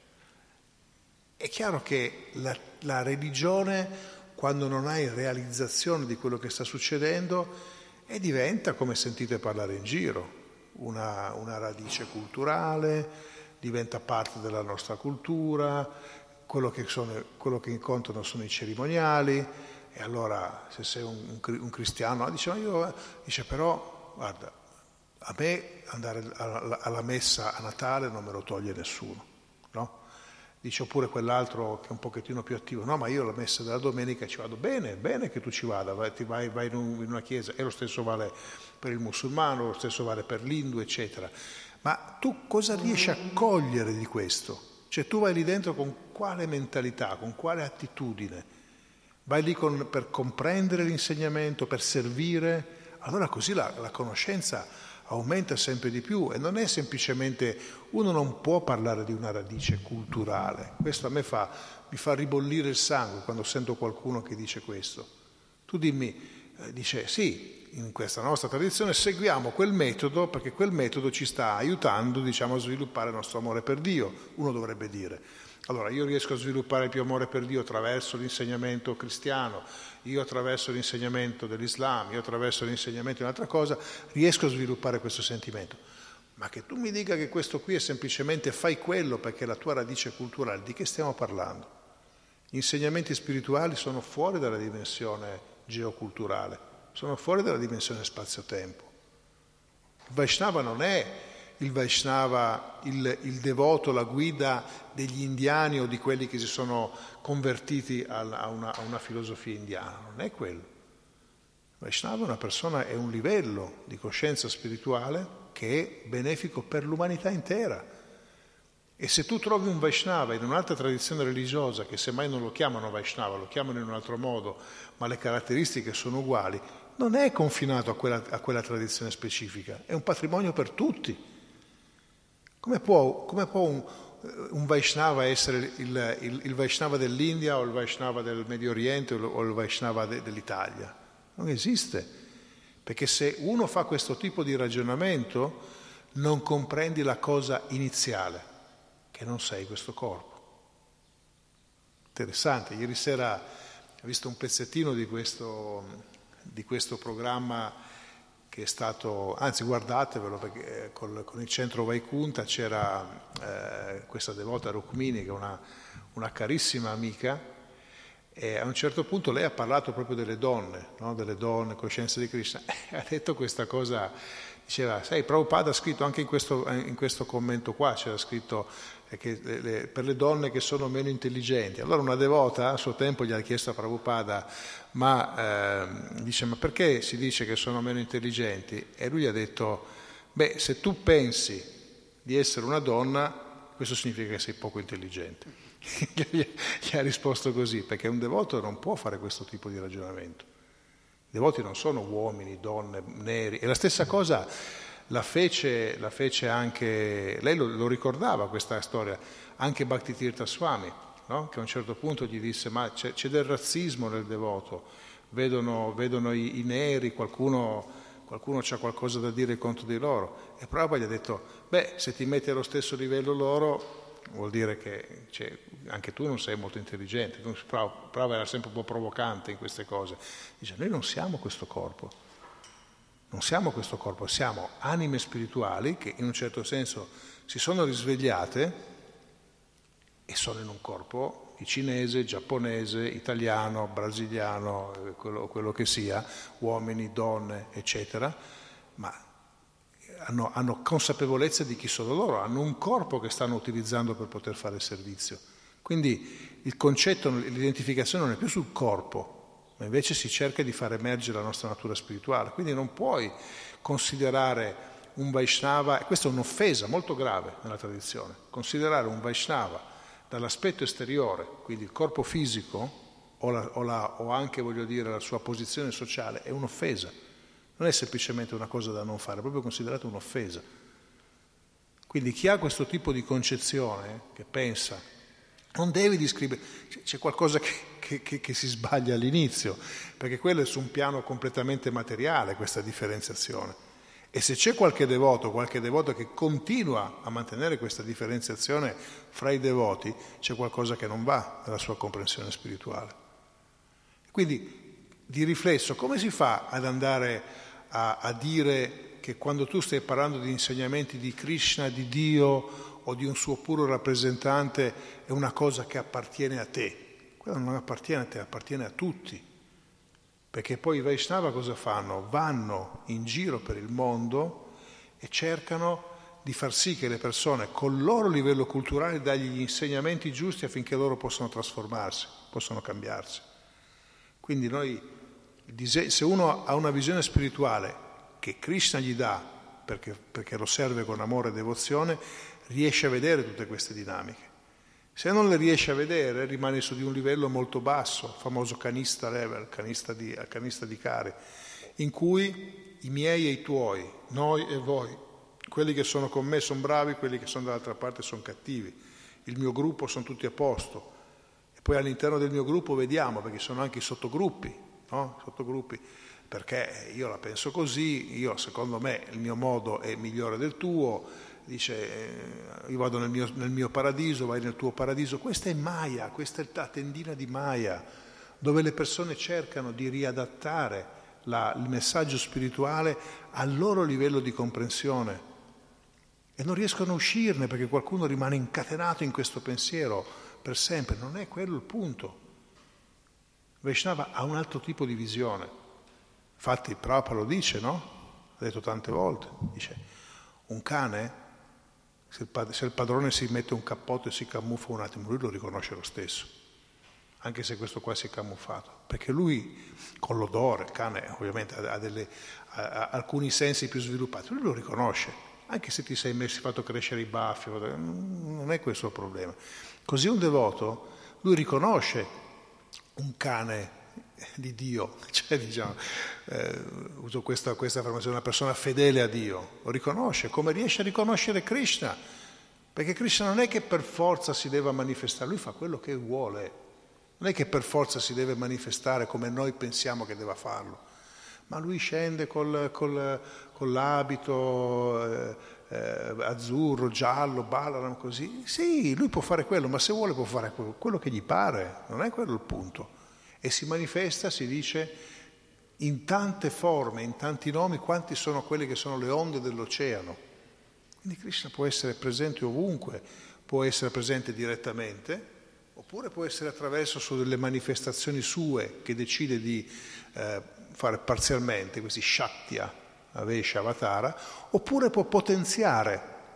è chiaro che la, la religione, quando non hai realizzazione di quello che sta succedendo, e diventa, come sentite parlare in giro, una, una radice culturale, diventa parte della nostra cultura, quello che, sono, quello che contano sono i cerimoniali, e allora se sei un, un cristiano, dice, ma io, dice però, guarda, a me andare alla messa a Natale non me lo toglie nessuno, no? Dice oppure quell'altro che è un pochettino più attivo, no, ma io alla messa della domenica ci vado, bene, bene che tu ci vada, vai, ti vai, vai in, un, in una chiesa, e lo stesso vale per il musulmano, lo stesso vale per l'indu, eccetera. Ma tu cosa riesci a cogliere di questo? Cioè tu vai lì dentro con quale mentalità, con quale attitudine? Vai lì con, per comprendere l'insegnamento, per servire? Allora così la, la conoscenza aumenta sempre di più, e non è semplicemente, uno non può parlare di una radice culturale. Questo a me fa, mi fa ribollire il sangue quando sento qualcuno che dice questo. Tu dimmi, eh, dice sì, in questa nostra tradizione seguiamo quel metodo perché quel metodo ci sta aiutando, diciamo, a sviluppare il nostro amore per Dio, uno dovrebbe dire. Allora io riesco a sviluppare il mio amore per Dio attraverso l'insegnamento cristiano, io attraverso l'insegnamento dell'Islam, io attraverso l'insegnamento di un'altra cosa, riesco a sviluppare questo sentimento. Ma che tu mi dica che questo qui è semplicemente fai quello perché è la tua radice culturale, di che stiamo parlando? Gli insegnamenti spirituali sono fuori dalla dimensione geoculturale, sono fuori dalla dimensione spazio-tempo. Il Vaishnava non è il Vaishnava, il, il devoto, la guida degli indiani o di quelli che si sono convertiti a una, a una filosofia indiana, non è quello. Il Vaishnava è una persona, è un livello di coscienza spirituale che è benefico per l'umanità intera. E se tu trovi un Vaishnava in un'altra tradizione religiosa, che semmai non lo chiamano Vaishnava, lo chiamano in un altro modo, ma le caratteristiche sono uguali, non è confinato a quella, a quella tradizione specifica, è un patrimonio per tutti. Come può, come può un, un Vaishnava essere il, il, il Vaishnava dell'India o il Vaishnava del Medio Oriente o il Vaishnava de, dell'Italia? Non esiste, perché se uno fa questo tipo di ragionamento non comprendi la cosa iniziale, che non sei questo corpo. Interessante, ieri sera ho visto un pezzettino di questo, di questo programma che è stato, anzi guardatevelo, perché col, con il centro Vaikunta c'era eh, questa devota Rukmini, che è una, una carissima amica, e a un certo punto lei ha parlato proprio delle donne, no? Delle donne, coscienza di Krishna, e ha detto questa cosa, diceva, sai, Prabhupada ha scritto anche in questo, in questo commento qua, c'era scritto è che le, le, per le donne che sono meno intelligenti. Allora una devota a suo tempo gli ha chiesto a Prabhupada, ma eh, dice, ma perché si dice che sono meno intelligenti? E lui gli ha detto, beh, se tu pensi di essere una donna, questo significa che sei poco intelligente. Gli ha risposto così, perché un devoto non può fare questo tipo di ragionamento. I devoti non sono uomini, donne, neri. E la stessa cosa la fece, la fece anche, lei lo, lo ricordava questa storia, anche Bhaktitirtha Swami, no? Che a un certo punto gli disse, ma c'è, c'è del razzismo nel devoto, vedono, vedono i, i neri, qualcuno, qualcuno c'ha qualcosa da dire contro di loro. E Prabhupada gli ha detto, beh, se ti metti allo stesso livello loro, vuol dire che cioè, anche tu non sei molto intelligente. Prabhupada era sempre un po' provocante in queste cose. Dice, noi non siamo questo corpo, non siamo questo corpo, siamo anime spirituali che in un certo senso si sono risvegliate e sono in un corpo di cinese, giapponese, italiano, brasiliano, quello, quello che sia, uomini, donne, eccetera, ma Hanno, hanno consapevolezza di chi sono loro, hanno un corpo che stanno utilizzando per poter fare il servizio. Quindi il concetto, l'identificazione non è più sul corpo, ma invece si cerca di far emergere la nostra natura spirituale. Quindi non puoi considerare un Vaishnava, e questa è un'offesa molto grave nella tradizione, considerare un Vaishnava dall'aspetto esteriore, quindi il corpo fisico o, la, o, la, o anche, voglio dire, la sua posizione sociale, è un'offesa. Non è semplicemente una cosa da non fare, è proprio considerata un'offesa. Quindi chi ha questo tipo di concezione, che pensa, non devi descrivere, c'è qualcosa che, che, che, che si sbaglia all'inizio, perché quello è su un piano completamente materiale, questa differenziazione. E se c'è qualche devoto, qualche devoto che continua a mantenere questa differenziazione fra i devoti, c'è qualcosa che non va nella sua comprensione spirituale. Quindi, di riflesso, come si fa ad andare A, a dire che quando tu stai parlando di insegnamenti di Krishna, di Dio o di un suo puro rappresentante è una cosa che appartiene a te? Quella non appartiene a te, appartiene a tutti. Perché poi i Vaishnava cosa fanno? Vanno in giro per il mondo e cercano di far sì che le persone col loro livello culturale dagli gli insegnamenti giusti affinché loro possano trasformarsi, possano cambiarsi. Quindi noi se uno ha una visione spirituale che Krishna gli dà perché, perché lo serve con amore e devozione, riesce a vedere tutte queste dinamiche. Se non le riesce a vedere, rimane su di un livello molto basso, famoso canista level, canista di, canista di cari, in cui i miei e i tuoi, noi e voi, quelli che sono con me sono bravi, quelli che sono dall'altra parte sono cattivi, il mio gruppo sono tutti a posto. E poi all'interno del mio gruppo vediamo, perché sono anche i sottogruppi, no? Sottogruppi, perché io la penso così, io secondo me il mio modo è migliore del tuo, dice eh, io vado nel mio, nel mio paradiso, vai nel tuo paradiso. Questa è Maya, questa è la tendina di Maya, dove le persone cercano di riadattare la, il messaggio spirituale al loro livello di comprensione e non riescono a uscirne perché qualcuno rimane incatenato in questo pensiero per sempre. Non è quello il punto. Vaishnava ha un altro tipo di visione. Infatti Prabhupada lo dice, no? Ha detto tante volte, dice, un cane, se il, padre, se il padrone si mette un cappotto e si camuffa un attimo, lui lo riconosce lo stesso, anche se questo qua si è camuffato, perché lui con l'odore, il cane ovviamente ha, delle, ha, ha alcuni sensi più sviluppati, lui lo riconosce, anche se ti sei messo, fatto crescere i baffi, non è questo il problema. Così un devoto, lui riconosce un cane di Dio, cioè diciamo, eh, uso questa, questa affermazione, una persona fedele a Dio, lo riconosce, come riesce a riconoscere Krishna, perché Krishna non è che per forza si deve manifestare, lui fa quello che vuole, non è che per forza si deve manifestare come noi pensiamo che debba farlo, ma lui scende col, col, con l'abito eh, eh, azzurro, giallo, Balaram, così, sì, lui può fare quello, ma se vuole può fare quello che gli pare, non è quello il punto. E si manifesta, si dice, in tante forme, in tanti nomi, quanti sono quelle che sono le onde dell'oceano. Quindi Krishna può essere presente ovunque, può essere presente direttamente, oppure può essere attraverso su delle manifestazioni sue che decide di eh, fare parzialmente, questi Shaktya, Avesha, Avatara, oppure può potenziare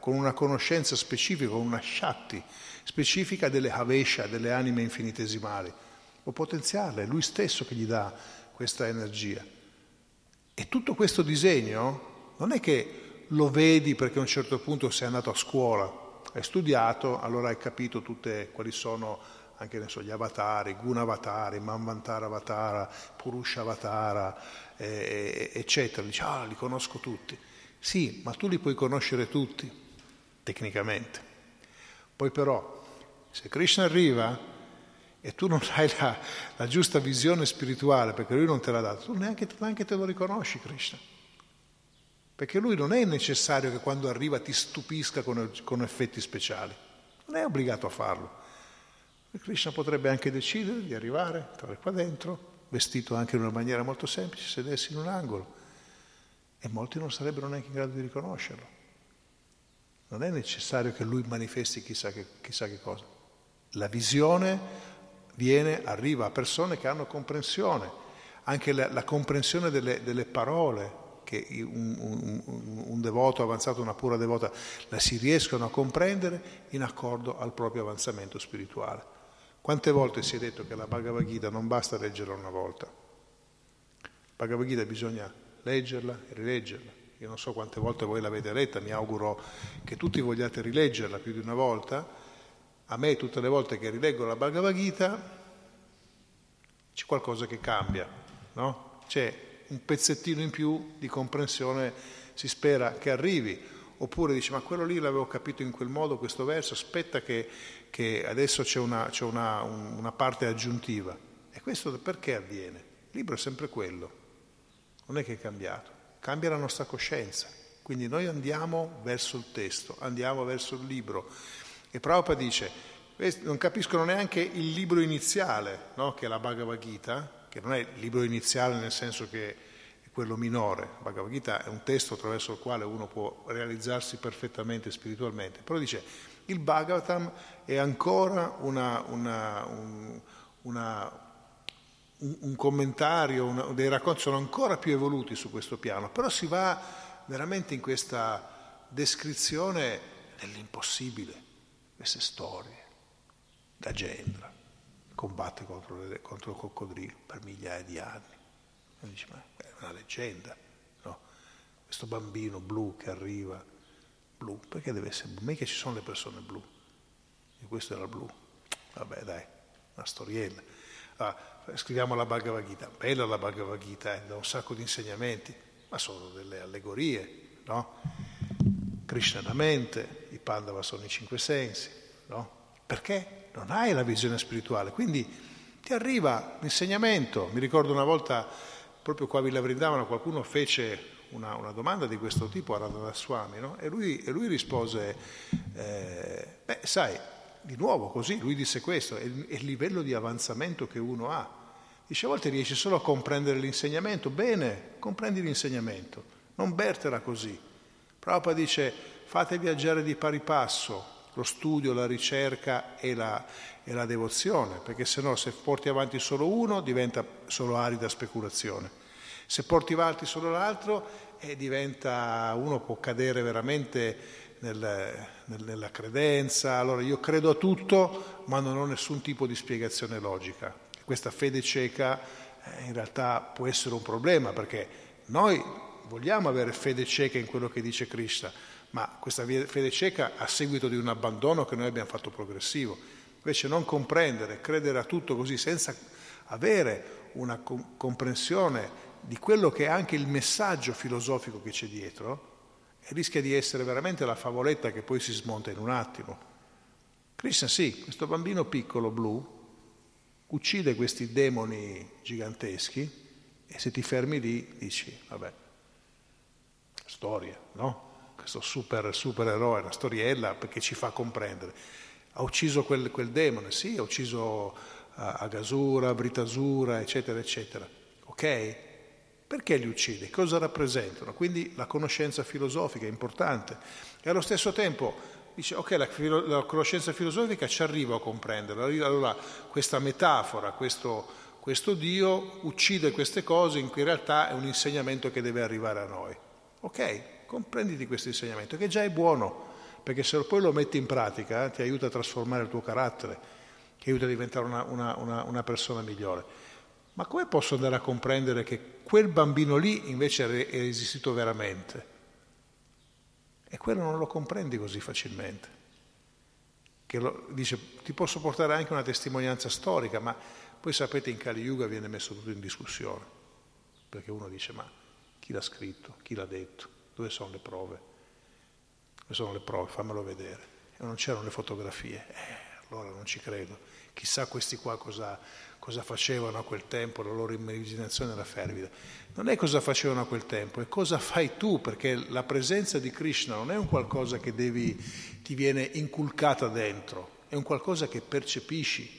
con una conoscenza specifica, con una shakti specifica delle havesha, delle anime infinitesimali. Può potenziarle, è lui stesso che gli dà questa energia. E tutto questo disegno non è che lo vedi perché a un certo punto sei andato a scuola, hai studiato, allora hai capito tutte quali sono anche ne so, gli avatari, Gunavatar, Manvantara Avatara, Purusha Avatara, eh, eccetera. Dici, ah, li conosco tutti. Sì, ma tu li puoi conoscere tutti, tecnicamente. Poi però, se Krishna arriva e tu non hai la, la giusta visione spirituale, perché lui non te l'ha dato, tu neanche, neanche te lo riconosci, Krishna. Perché lui non è necessario che quando arriva ti stupisca con, con effetti speciali. Non è obbligato a farlo. E Krishna potrebbe anche decidere di arrivare, entrare qua dentro, vestito anche in una maniera molto semplice, sedersi in un angolo. E molti non sarebbero neanche in grado di riconoscerlo. Non è necessario che lui manifesti chissà che, chissà che cosa. La visione viene, arriva a persone che hanno comprensione, anche la, la comprensione delle, delle parole, che un, un, un devoto avanzato, una pura devota, la si riescono a comprendere in accordo al proprio avanzamento spirituale. Quante volte si è detto che la Bhagavad Gita non basta leggerla una volta? La Bhagavad Gita bisogna leggerla e rileggerla. Io non so quante volte voi l'avete letta, mi auguro che tutti vogliate rileggerla più di una volta. A me tutte le volte che rileggo la Bhagavad Gita c'è qualcosa che cambia, no? C'è un pezzettino in più di comprensione, si spera che arrivi. Oppure dice, ma quello lì l'avevo capito in quel modo, questo verso, aspetta che, che adesso c'è, una, c'è una, una parte aggiuntiva. E questo perché avviene? Il libro è sempre quello, non è che è cambiato, cambia la nostra coscienza. Quindi noi andiamo verso il testo, andiamo verso il libro. E Prabhupada dice, non capiscono neanche il libro iniziale, no? Che è la Bhagavad Gita, che non è il libro iniziale nel senso che quello minore. Bhagavad Gita è un testo attraverso il quale uno può realizzarsi perfettamente spiritualmente, però dice il Bhagavatam è ancora una, una, un, una, un, un commentario, una, dei racconti sono ancora più evoluti su questo piano, però si va veramente in questa descrizione dell'impossibile, queste storie. Gajendra combatte contro, le, contro il coccodrillo per migliaia di anni. E dice, ma è una leggenda, no? Questo bambino blu che arriva, blu, perché deve essere blu? Mica ci sono le persone blu. E questo era blu. Vabbè, dai, una storiella. Ah, scriviamo la Bhagavad Gita. Bella la Bhagavad Gita, eh, dà un sacco di insegnamenti, ma sono delle allegorie, no? Krishna è la mente, i Pandava sono i cinque sensi, no? Perché non hai la visione spirituale, quindi ti arriva l'insegnamento. Mi ricordo una volta, proprio qua a Villa Vrindavana, qualcuno fece una, una domanda di questo tipo a Radha Swami, no? E lui, e lui rispose, eh, beh, sai, di nuovo così, lui disse questo, è il, è il livello di avanzamento che uno ha. Dice, a volte riesci solo a comprendere l'insegnamento, bene, comprendi l'insegnamento, non bertela così. Prabhupada dice, fate viaggiare di pari passo lo studio, la ricerca e la, e la devozione, perché se no, se porti avanti solo uno diventa solo arida speculazione, se porti avanti solo l'altro eh, diventa, uno può cadere veramente nel, nel, nella credenza. Allora io credo a tutto ma non ho nessun tipo di spiegazione logica. Questa fede cieca eh, in realtà può essere un problema, perché noi vogliamo avere fede cieca in quello che dice Krishna, ma questa fede cieca a seguito di un abbandono che noi abbiamo fatto progressivo. Invece non comprendere, credere a tutto così senza avere una com- comprensione di quello che è anche il messaggio filosofico che c'è dietro, e rischia di essere veramente la favoletta che poi si smonta in un attimo. Krishna sì, questo bambino piccolo blu uccide questi demoni giganteschi e se ti fermi lì dici, vabbè, storia, no? Questo super, super eroe, una storiella, perché ci fa comprendere. Ha ucciso quel, quel demone, sì, ha ucciso uh, Agasura, Britasura, eccetera, eccetera. Ok? Perché li uccide? Cosa rappresentano? Quindi la conoscenza filosofica è importante. E allo stesso tempo dice, ok, la, filo- la conoscenza filosofica ci arriva a comprendere. Allora questa metafora, questo, questo Dio uccide queste cose in cui in realtà è un insegnamento che deve arrivare a noi. Ok? Comprenditi questo insegnamento, che già è buono, perché se poi lo metti in pratica ti aiuta a trasformare il tuo carattere, ti aiuta a diventare una, una, una, una persona migliore. Ma come posso andare a comprendere che quel bambino lì invece è esistito veramente? E quello non lo comprendi così facilmente. Che lo, dice, ti posso portare anche una testimonianza storica, ma poi sapete in Kali Yuga viene messo tutto in discussione, perché uno dice ma chi l'ha scritto, chi l'ha detto, dove sono le prove? Dove sono le prove? Fammelo vedere. E non c'erano le fotografie, eh, allora non ci credo. Chissà questi qua cosa, cosa facevano a quel tempo, la loro immaginazione era fervida. Non è cosa facevano a quel tempo, è cosa fai tu, perché la presenza di Krishna non è un qualcosa che devi, ti viene inculcata dentro, è un qualcosa che percepisci.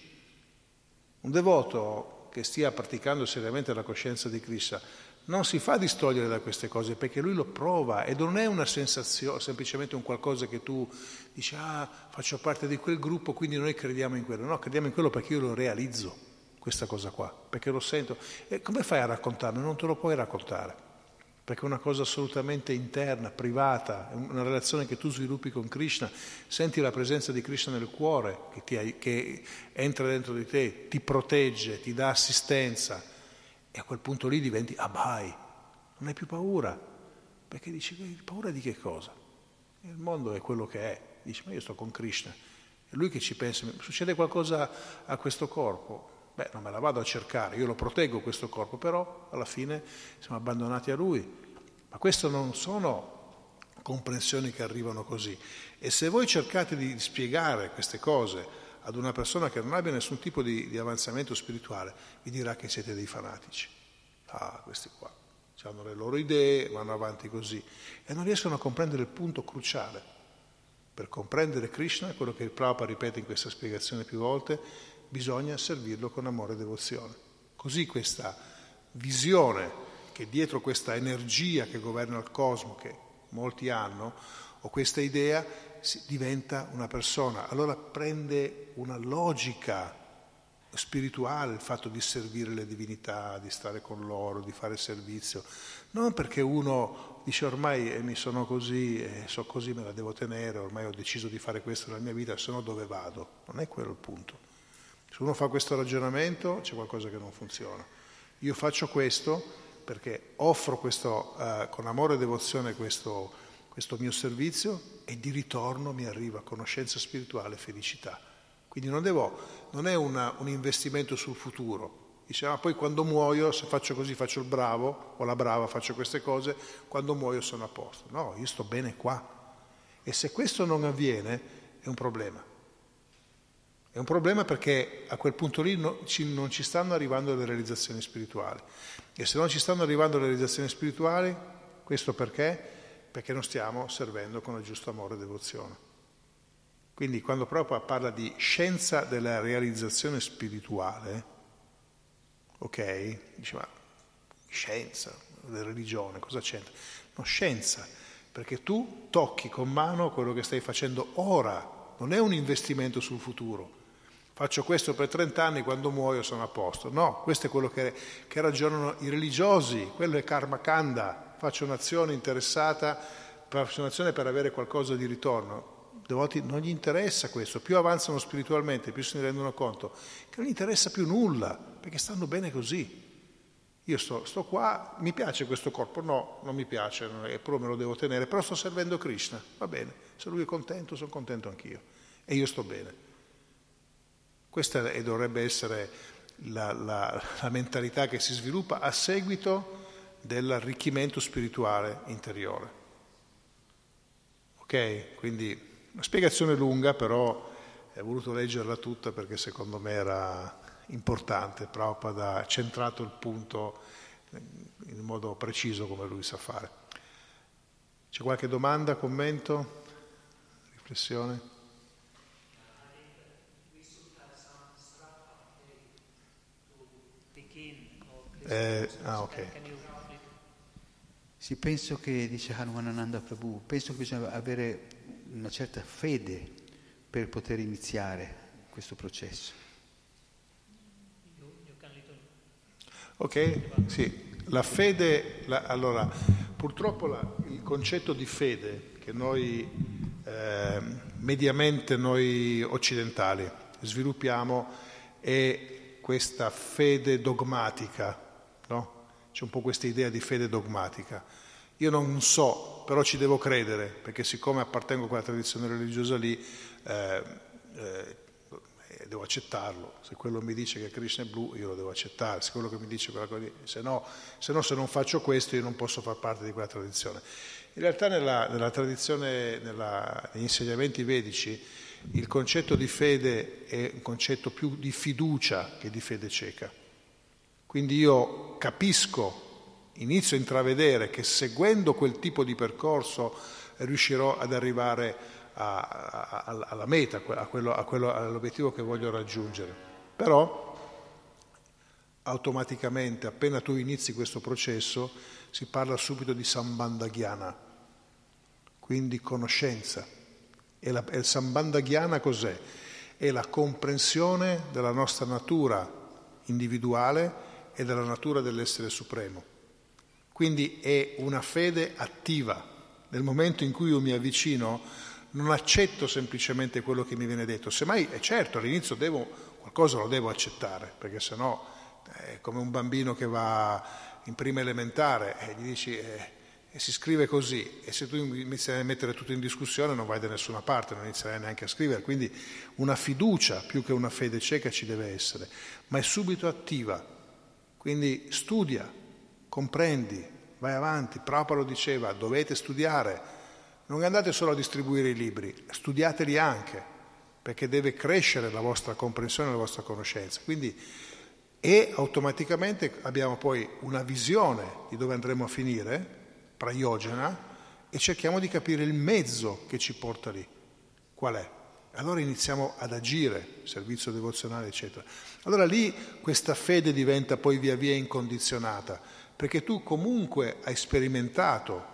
Un devoto che stia praticando seriamente la coscienza di Krishna non si fa distogliere da queste cose, perché lui lo prova e non è una sensazione, semplicemente un qualcosa che tu dici ah, faccio parte di quel gruppo, quindi noi crediamo in quello. No, crediamo in quello perché io lo realizzo, questa cosa qua, perché lo sento. E come fai a raccontarlo? Non te lo puoi raccontare, perché è una cosa assolutamente interna, privata, è una relazione che tu sviluppi con Krishna, senti la presenza di Krishna nel cuore, che, ti, che entra dentro di te, ti protegge, ti dà assistenza, e a quel punto lì diventi abhai, non hai più paura, perché dici, paura di che cosa? Il mondo è quello che è, dici, ma io sto con Krishna, è lui che ci pensa, succede qualcosa a questo corpo? Beh, non me la vado a cercare, io lo proteggo questo corpo, però alla fine siamo abbandonati a lui. Ma queste non sono comprensioni che arrivano così. E se voi cercate di spiegare queste cose ad una persona che non abbia nessun tipo di, di avanzamento spirituale, vi dirà che siete dei fanatici. Ah, questi qua, hanno le loro idee, vanno avanti così. E non riescono a comprendere il punto cruciale. Per comprendere Krishna, quello che il Prabhupada ripete in questa spiegazione più volte, bisogna servirlo con amore e devozione. Così questa visione che dietro questa energia che governa il cosmo, che molti hanno, o questa idea, si diventa una persona. Allora prende una logica spirituale il fatto di servire le divinità, di stare con loro, di fare servizio. Non perché uno dice ormai eh, mi sono così, eh, so così, me la devo tenere, ormai ho deciso di fare questo nella mia vita, se no dove vado? Non è quello il punto. Se uno fa questo ragionamento c'è qualcosa che non funziona. Io faccio questo perché offro questo, uh, con amore e devozione questo, questo mio servizio e di ritorno mi arriva conoscenza spirituale e felicità. Quindi non, devo, non è una, un investimento sul futuro. Dice, ma poi quando muoio, se faccio così faccio il bravo o la brava, faccio queste cose, quando muoio sono a posto. No, io sto bene qua. E se questo non avviene è un problema. È un problema perché a quel punto lì no, ci, non ci stanno arrivando le realizzazioni spirituali. E se non ci stanno arrivando le realizzazioni spirituali, questo perché? Perché non stiamo servendo con il giusto amore e devozione. Quindi quando proprio parla di scienza della realizzazione spirituale, ok? Dice, ma scienza della religione, cosa c'entra? No, scienza, perché tu tocchi con mano quello che stai facendo ora, non è un investimento sul futuro. Faccio questo per trent'anni, quando muoio sono a posto. No, questo è quello che, che ragionano i religiosi, quello è karma kanda, faccio un'azione interessata, faccio un'azione per avere qualcosa di ritorno. I devoti non gli interessa questo, più avanzano spiritualmente, più se ne rendono conto che non gli interessa più nulla, perché stanno bene così. Io sto, sto qua, mi piace questo corpo? No, non mi piace, però me lo devo tenere, però sto servendo Krishna, va bene, se lui è contento sono contento anch'io e io sto bene. Questa dovrebbe essere la, la, la mentalità che si sviluppa a seguito dell'arricchimento spirituale interiore. Ok? Quindi una spiegazione lunga, però ho voluto leggerla tutta perché secondo me era importante, Prabhupada ha centrato il punto in modo preciso come lui sa fare. C'è qualche domanda, commento, riflessione? Eh, ah, ok. Sì, penso che, dice Hanumanananda Prabhu, penso che bisogna avere una certa fede per poter iniziare questo processo. Ok, sì, la fede, la, allora, purtroppo la, il concetto di fede che noi eh, mediamente noi occidentali sviluppiamo è questa fede dogmatica, no? C'è un po' questa idea di fede dogmatica. Io non so, però ci devo credere, perché siccome appartengo a quella tradizione religiosa lì, eh, eh, devo accettarlo. Se quello mi dice che Krishna è blu, io lo devo accettare. Se quello che mi dice quella cosa lì, se no, se no, se non faccio questo, io non posso far parte di quella tradizione. In realtà nella, nella tradizione, nella, negli insegnamenti vedici, il concetto di fede è un concetto più di fiducia che di fede cieca. Quindi io capisco, inizio a intravedere che seguendo quel tipo di percorso riuscirò ad arrivare a, a, alla meta, a quello, a quello, all'obiettivo che voglio raggiungere. Però automaticamente, appena tu inizi questo processo, si parla subito di Sambandha Jnana, quindi conoscenza. E, la, e il Sambandha Jnana cos'è? È la comprensione della nostra natura individuale e della natura dell'essere supremo. Quindi è una fede attiva. Nel momento in cui io mi avvicino non accetto semplicemente quello che mi viene detto, semmai è certo all'inizio devo, qualcosa lo devo accettare, perché sennò è come un bambino che va in prima elementare e gli dici eh, e si scrive così, e se tu inizi a mettere tutto in discussione non vai da nessuna parte, non inizierai neanche a scrivere. Quindi una fiducia più che una fede cieca ci deve essere, ma è subito attiva. Quindi studia, comprendi, vai avanti. Prabhupada lo diceva, dovete studiare, non andate solo a distribuire i libri, studiateli anche, perché deve crescere la vostra comprensione, la vostra conoscenza. Quindi, e automaticamente abbiamo poi una visione di dove andremo a finire, prayojana, e cerchiamo di capire il mezzo che ci porta lì. Qual è? Allora iniziamo ad agire, servizio devozionale, eccetera. Allora lì questa fede diventa poi via via incondizionata, perché tu comunque hai sperimentato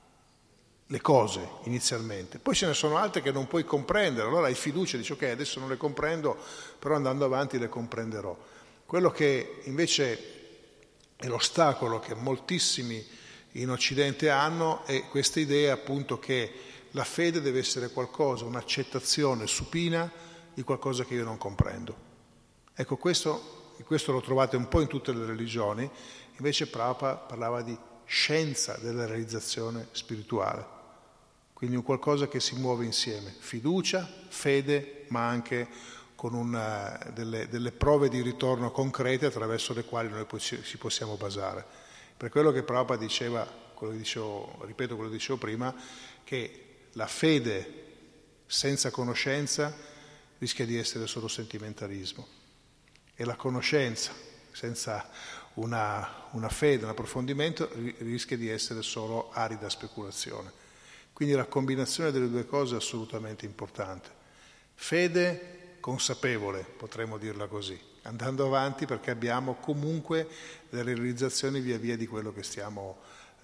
le cose inizialmente, poi ce ne sono altre che non puoi comprendere, allora hai fiducia e dici ok, adesso non le comprendo, però andando avanti le comprenderò. Quello che invece è l'ostacolo che moltissimi in Occidente hanno è questa idea appunto che la fede deve essere qualcosa, un'accettazione supina di qualcosa che io non comprendo. Ecco, questo, questo lo trovate un po' in tutte le religioni, invece Prabhupada parlava di scienza della realizzazione spirituale, quindi un qualcosa che si muove insieme, fiducia, fede, ma anche con una, delle, delle prove di ritorno concrete attraverso le quali noi poi ci, ci possiamo basare. Per quello che Prabhupada diceva, quello che dicevo, ripeto quello che dicevo prima, che la fede senza conoscenza rischia di essere solo sentimentalismo e la conoscenza senza una, una fede, un approfondimento rischia di essere solo arida speculazione. Quindi la combinazione delle due cose è assolutamente importante. Fede consapevole, potremmo dirla così, andando avanti perché abbiamo comunque delle realizzazioni via via di quello che stiamo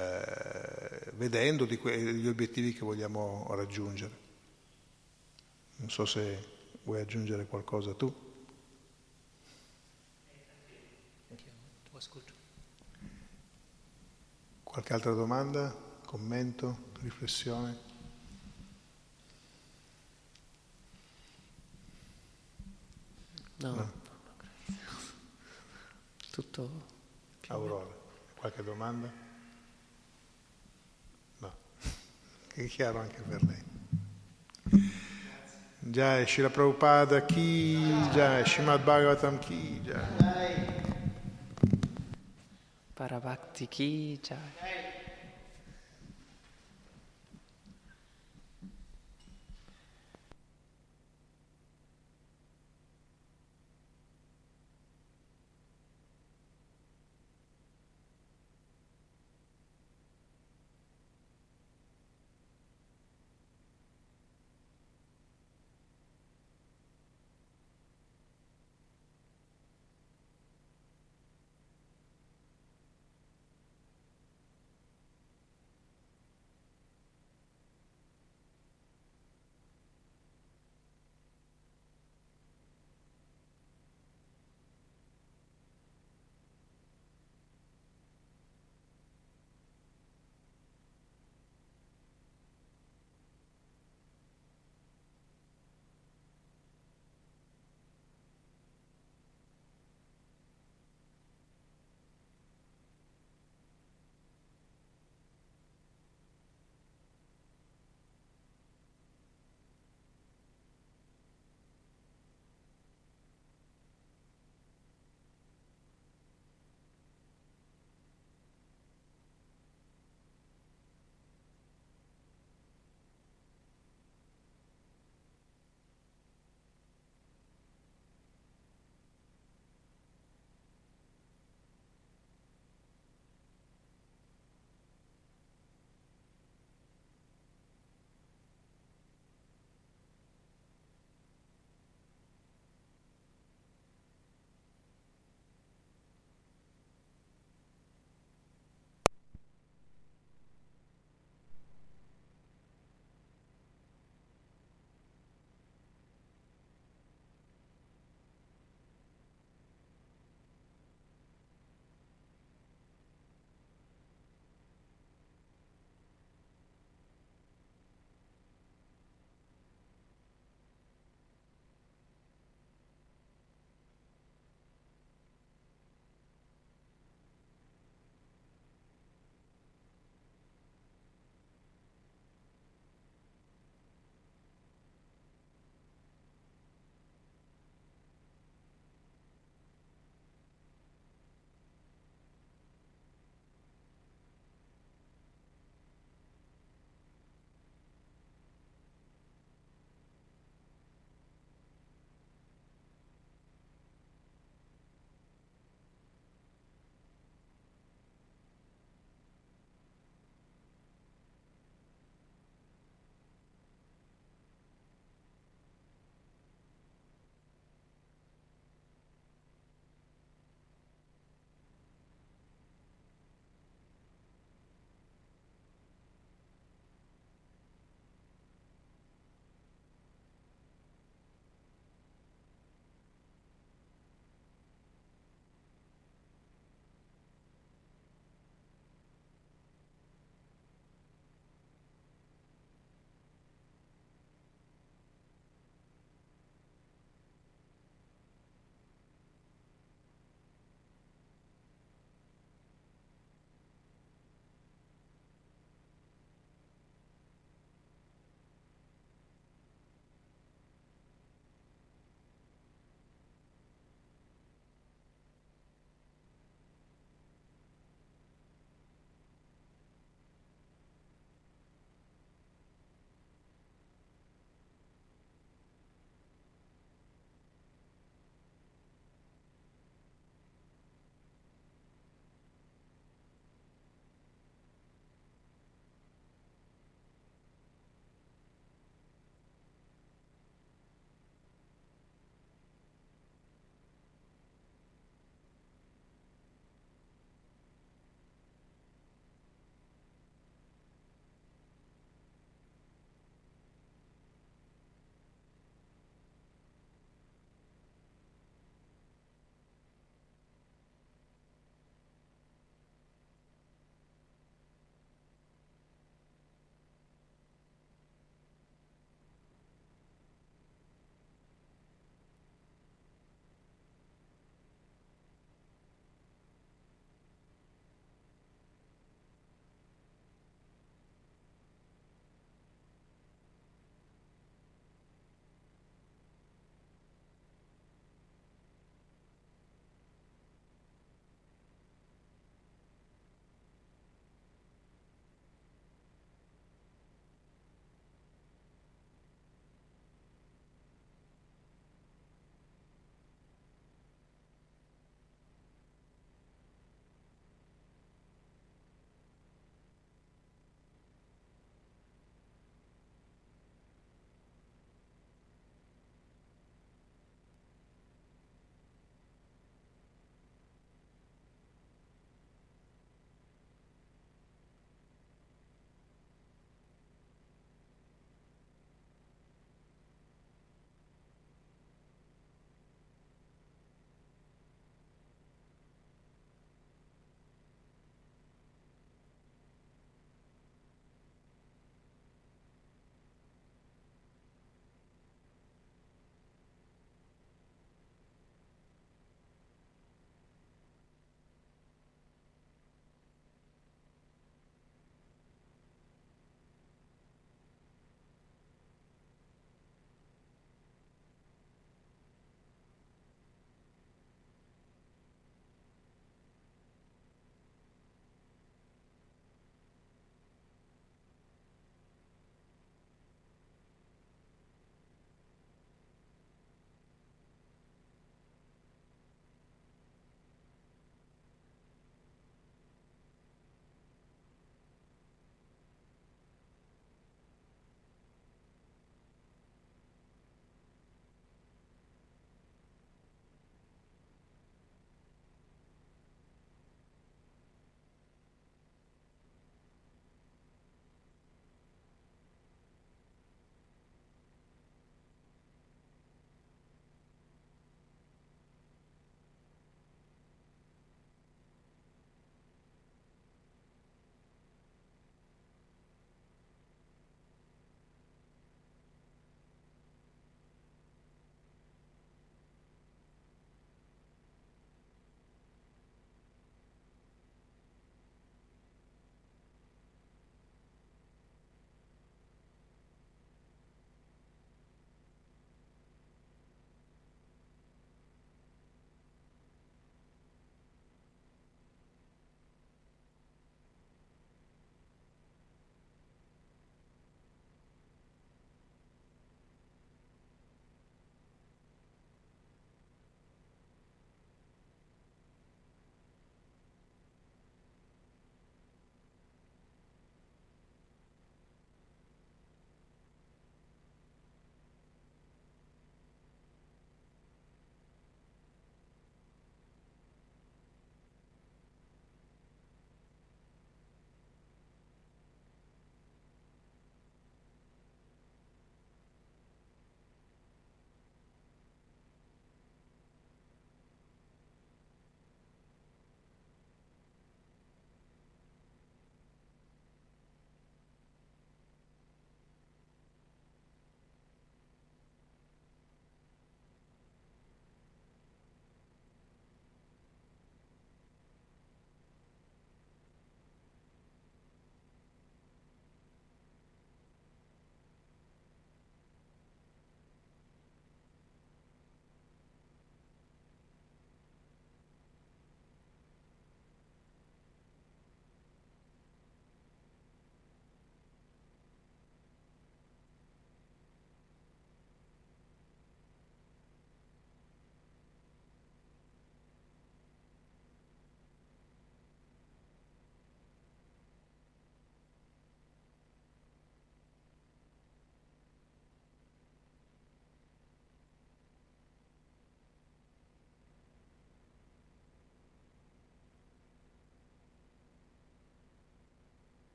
eh, vedendo, di que- degli obiettivi che vogliamo raggiungere. Non so se vuoi aggiungere qualcosa tu. Qualche altra domanda, commento, riflessione? No, No. no, grazie. Tutto più o meno. Aurora, qualche domanda? No, che è chiaro anche per lei. Jai Srila Prabhupada ki jai, Srimad Bhagavatam ki jai. Parabhakti ki jai.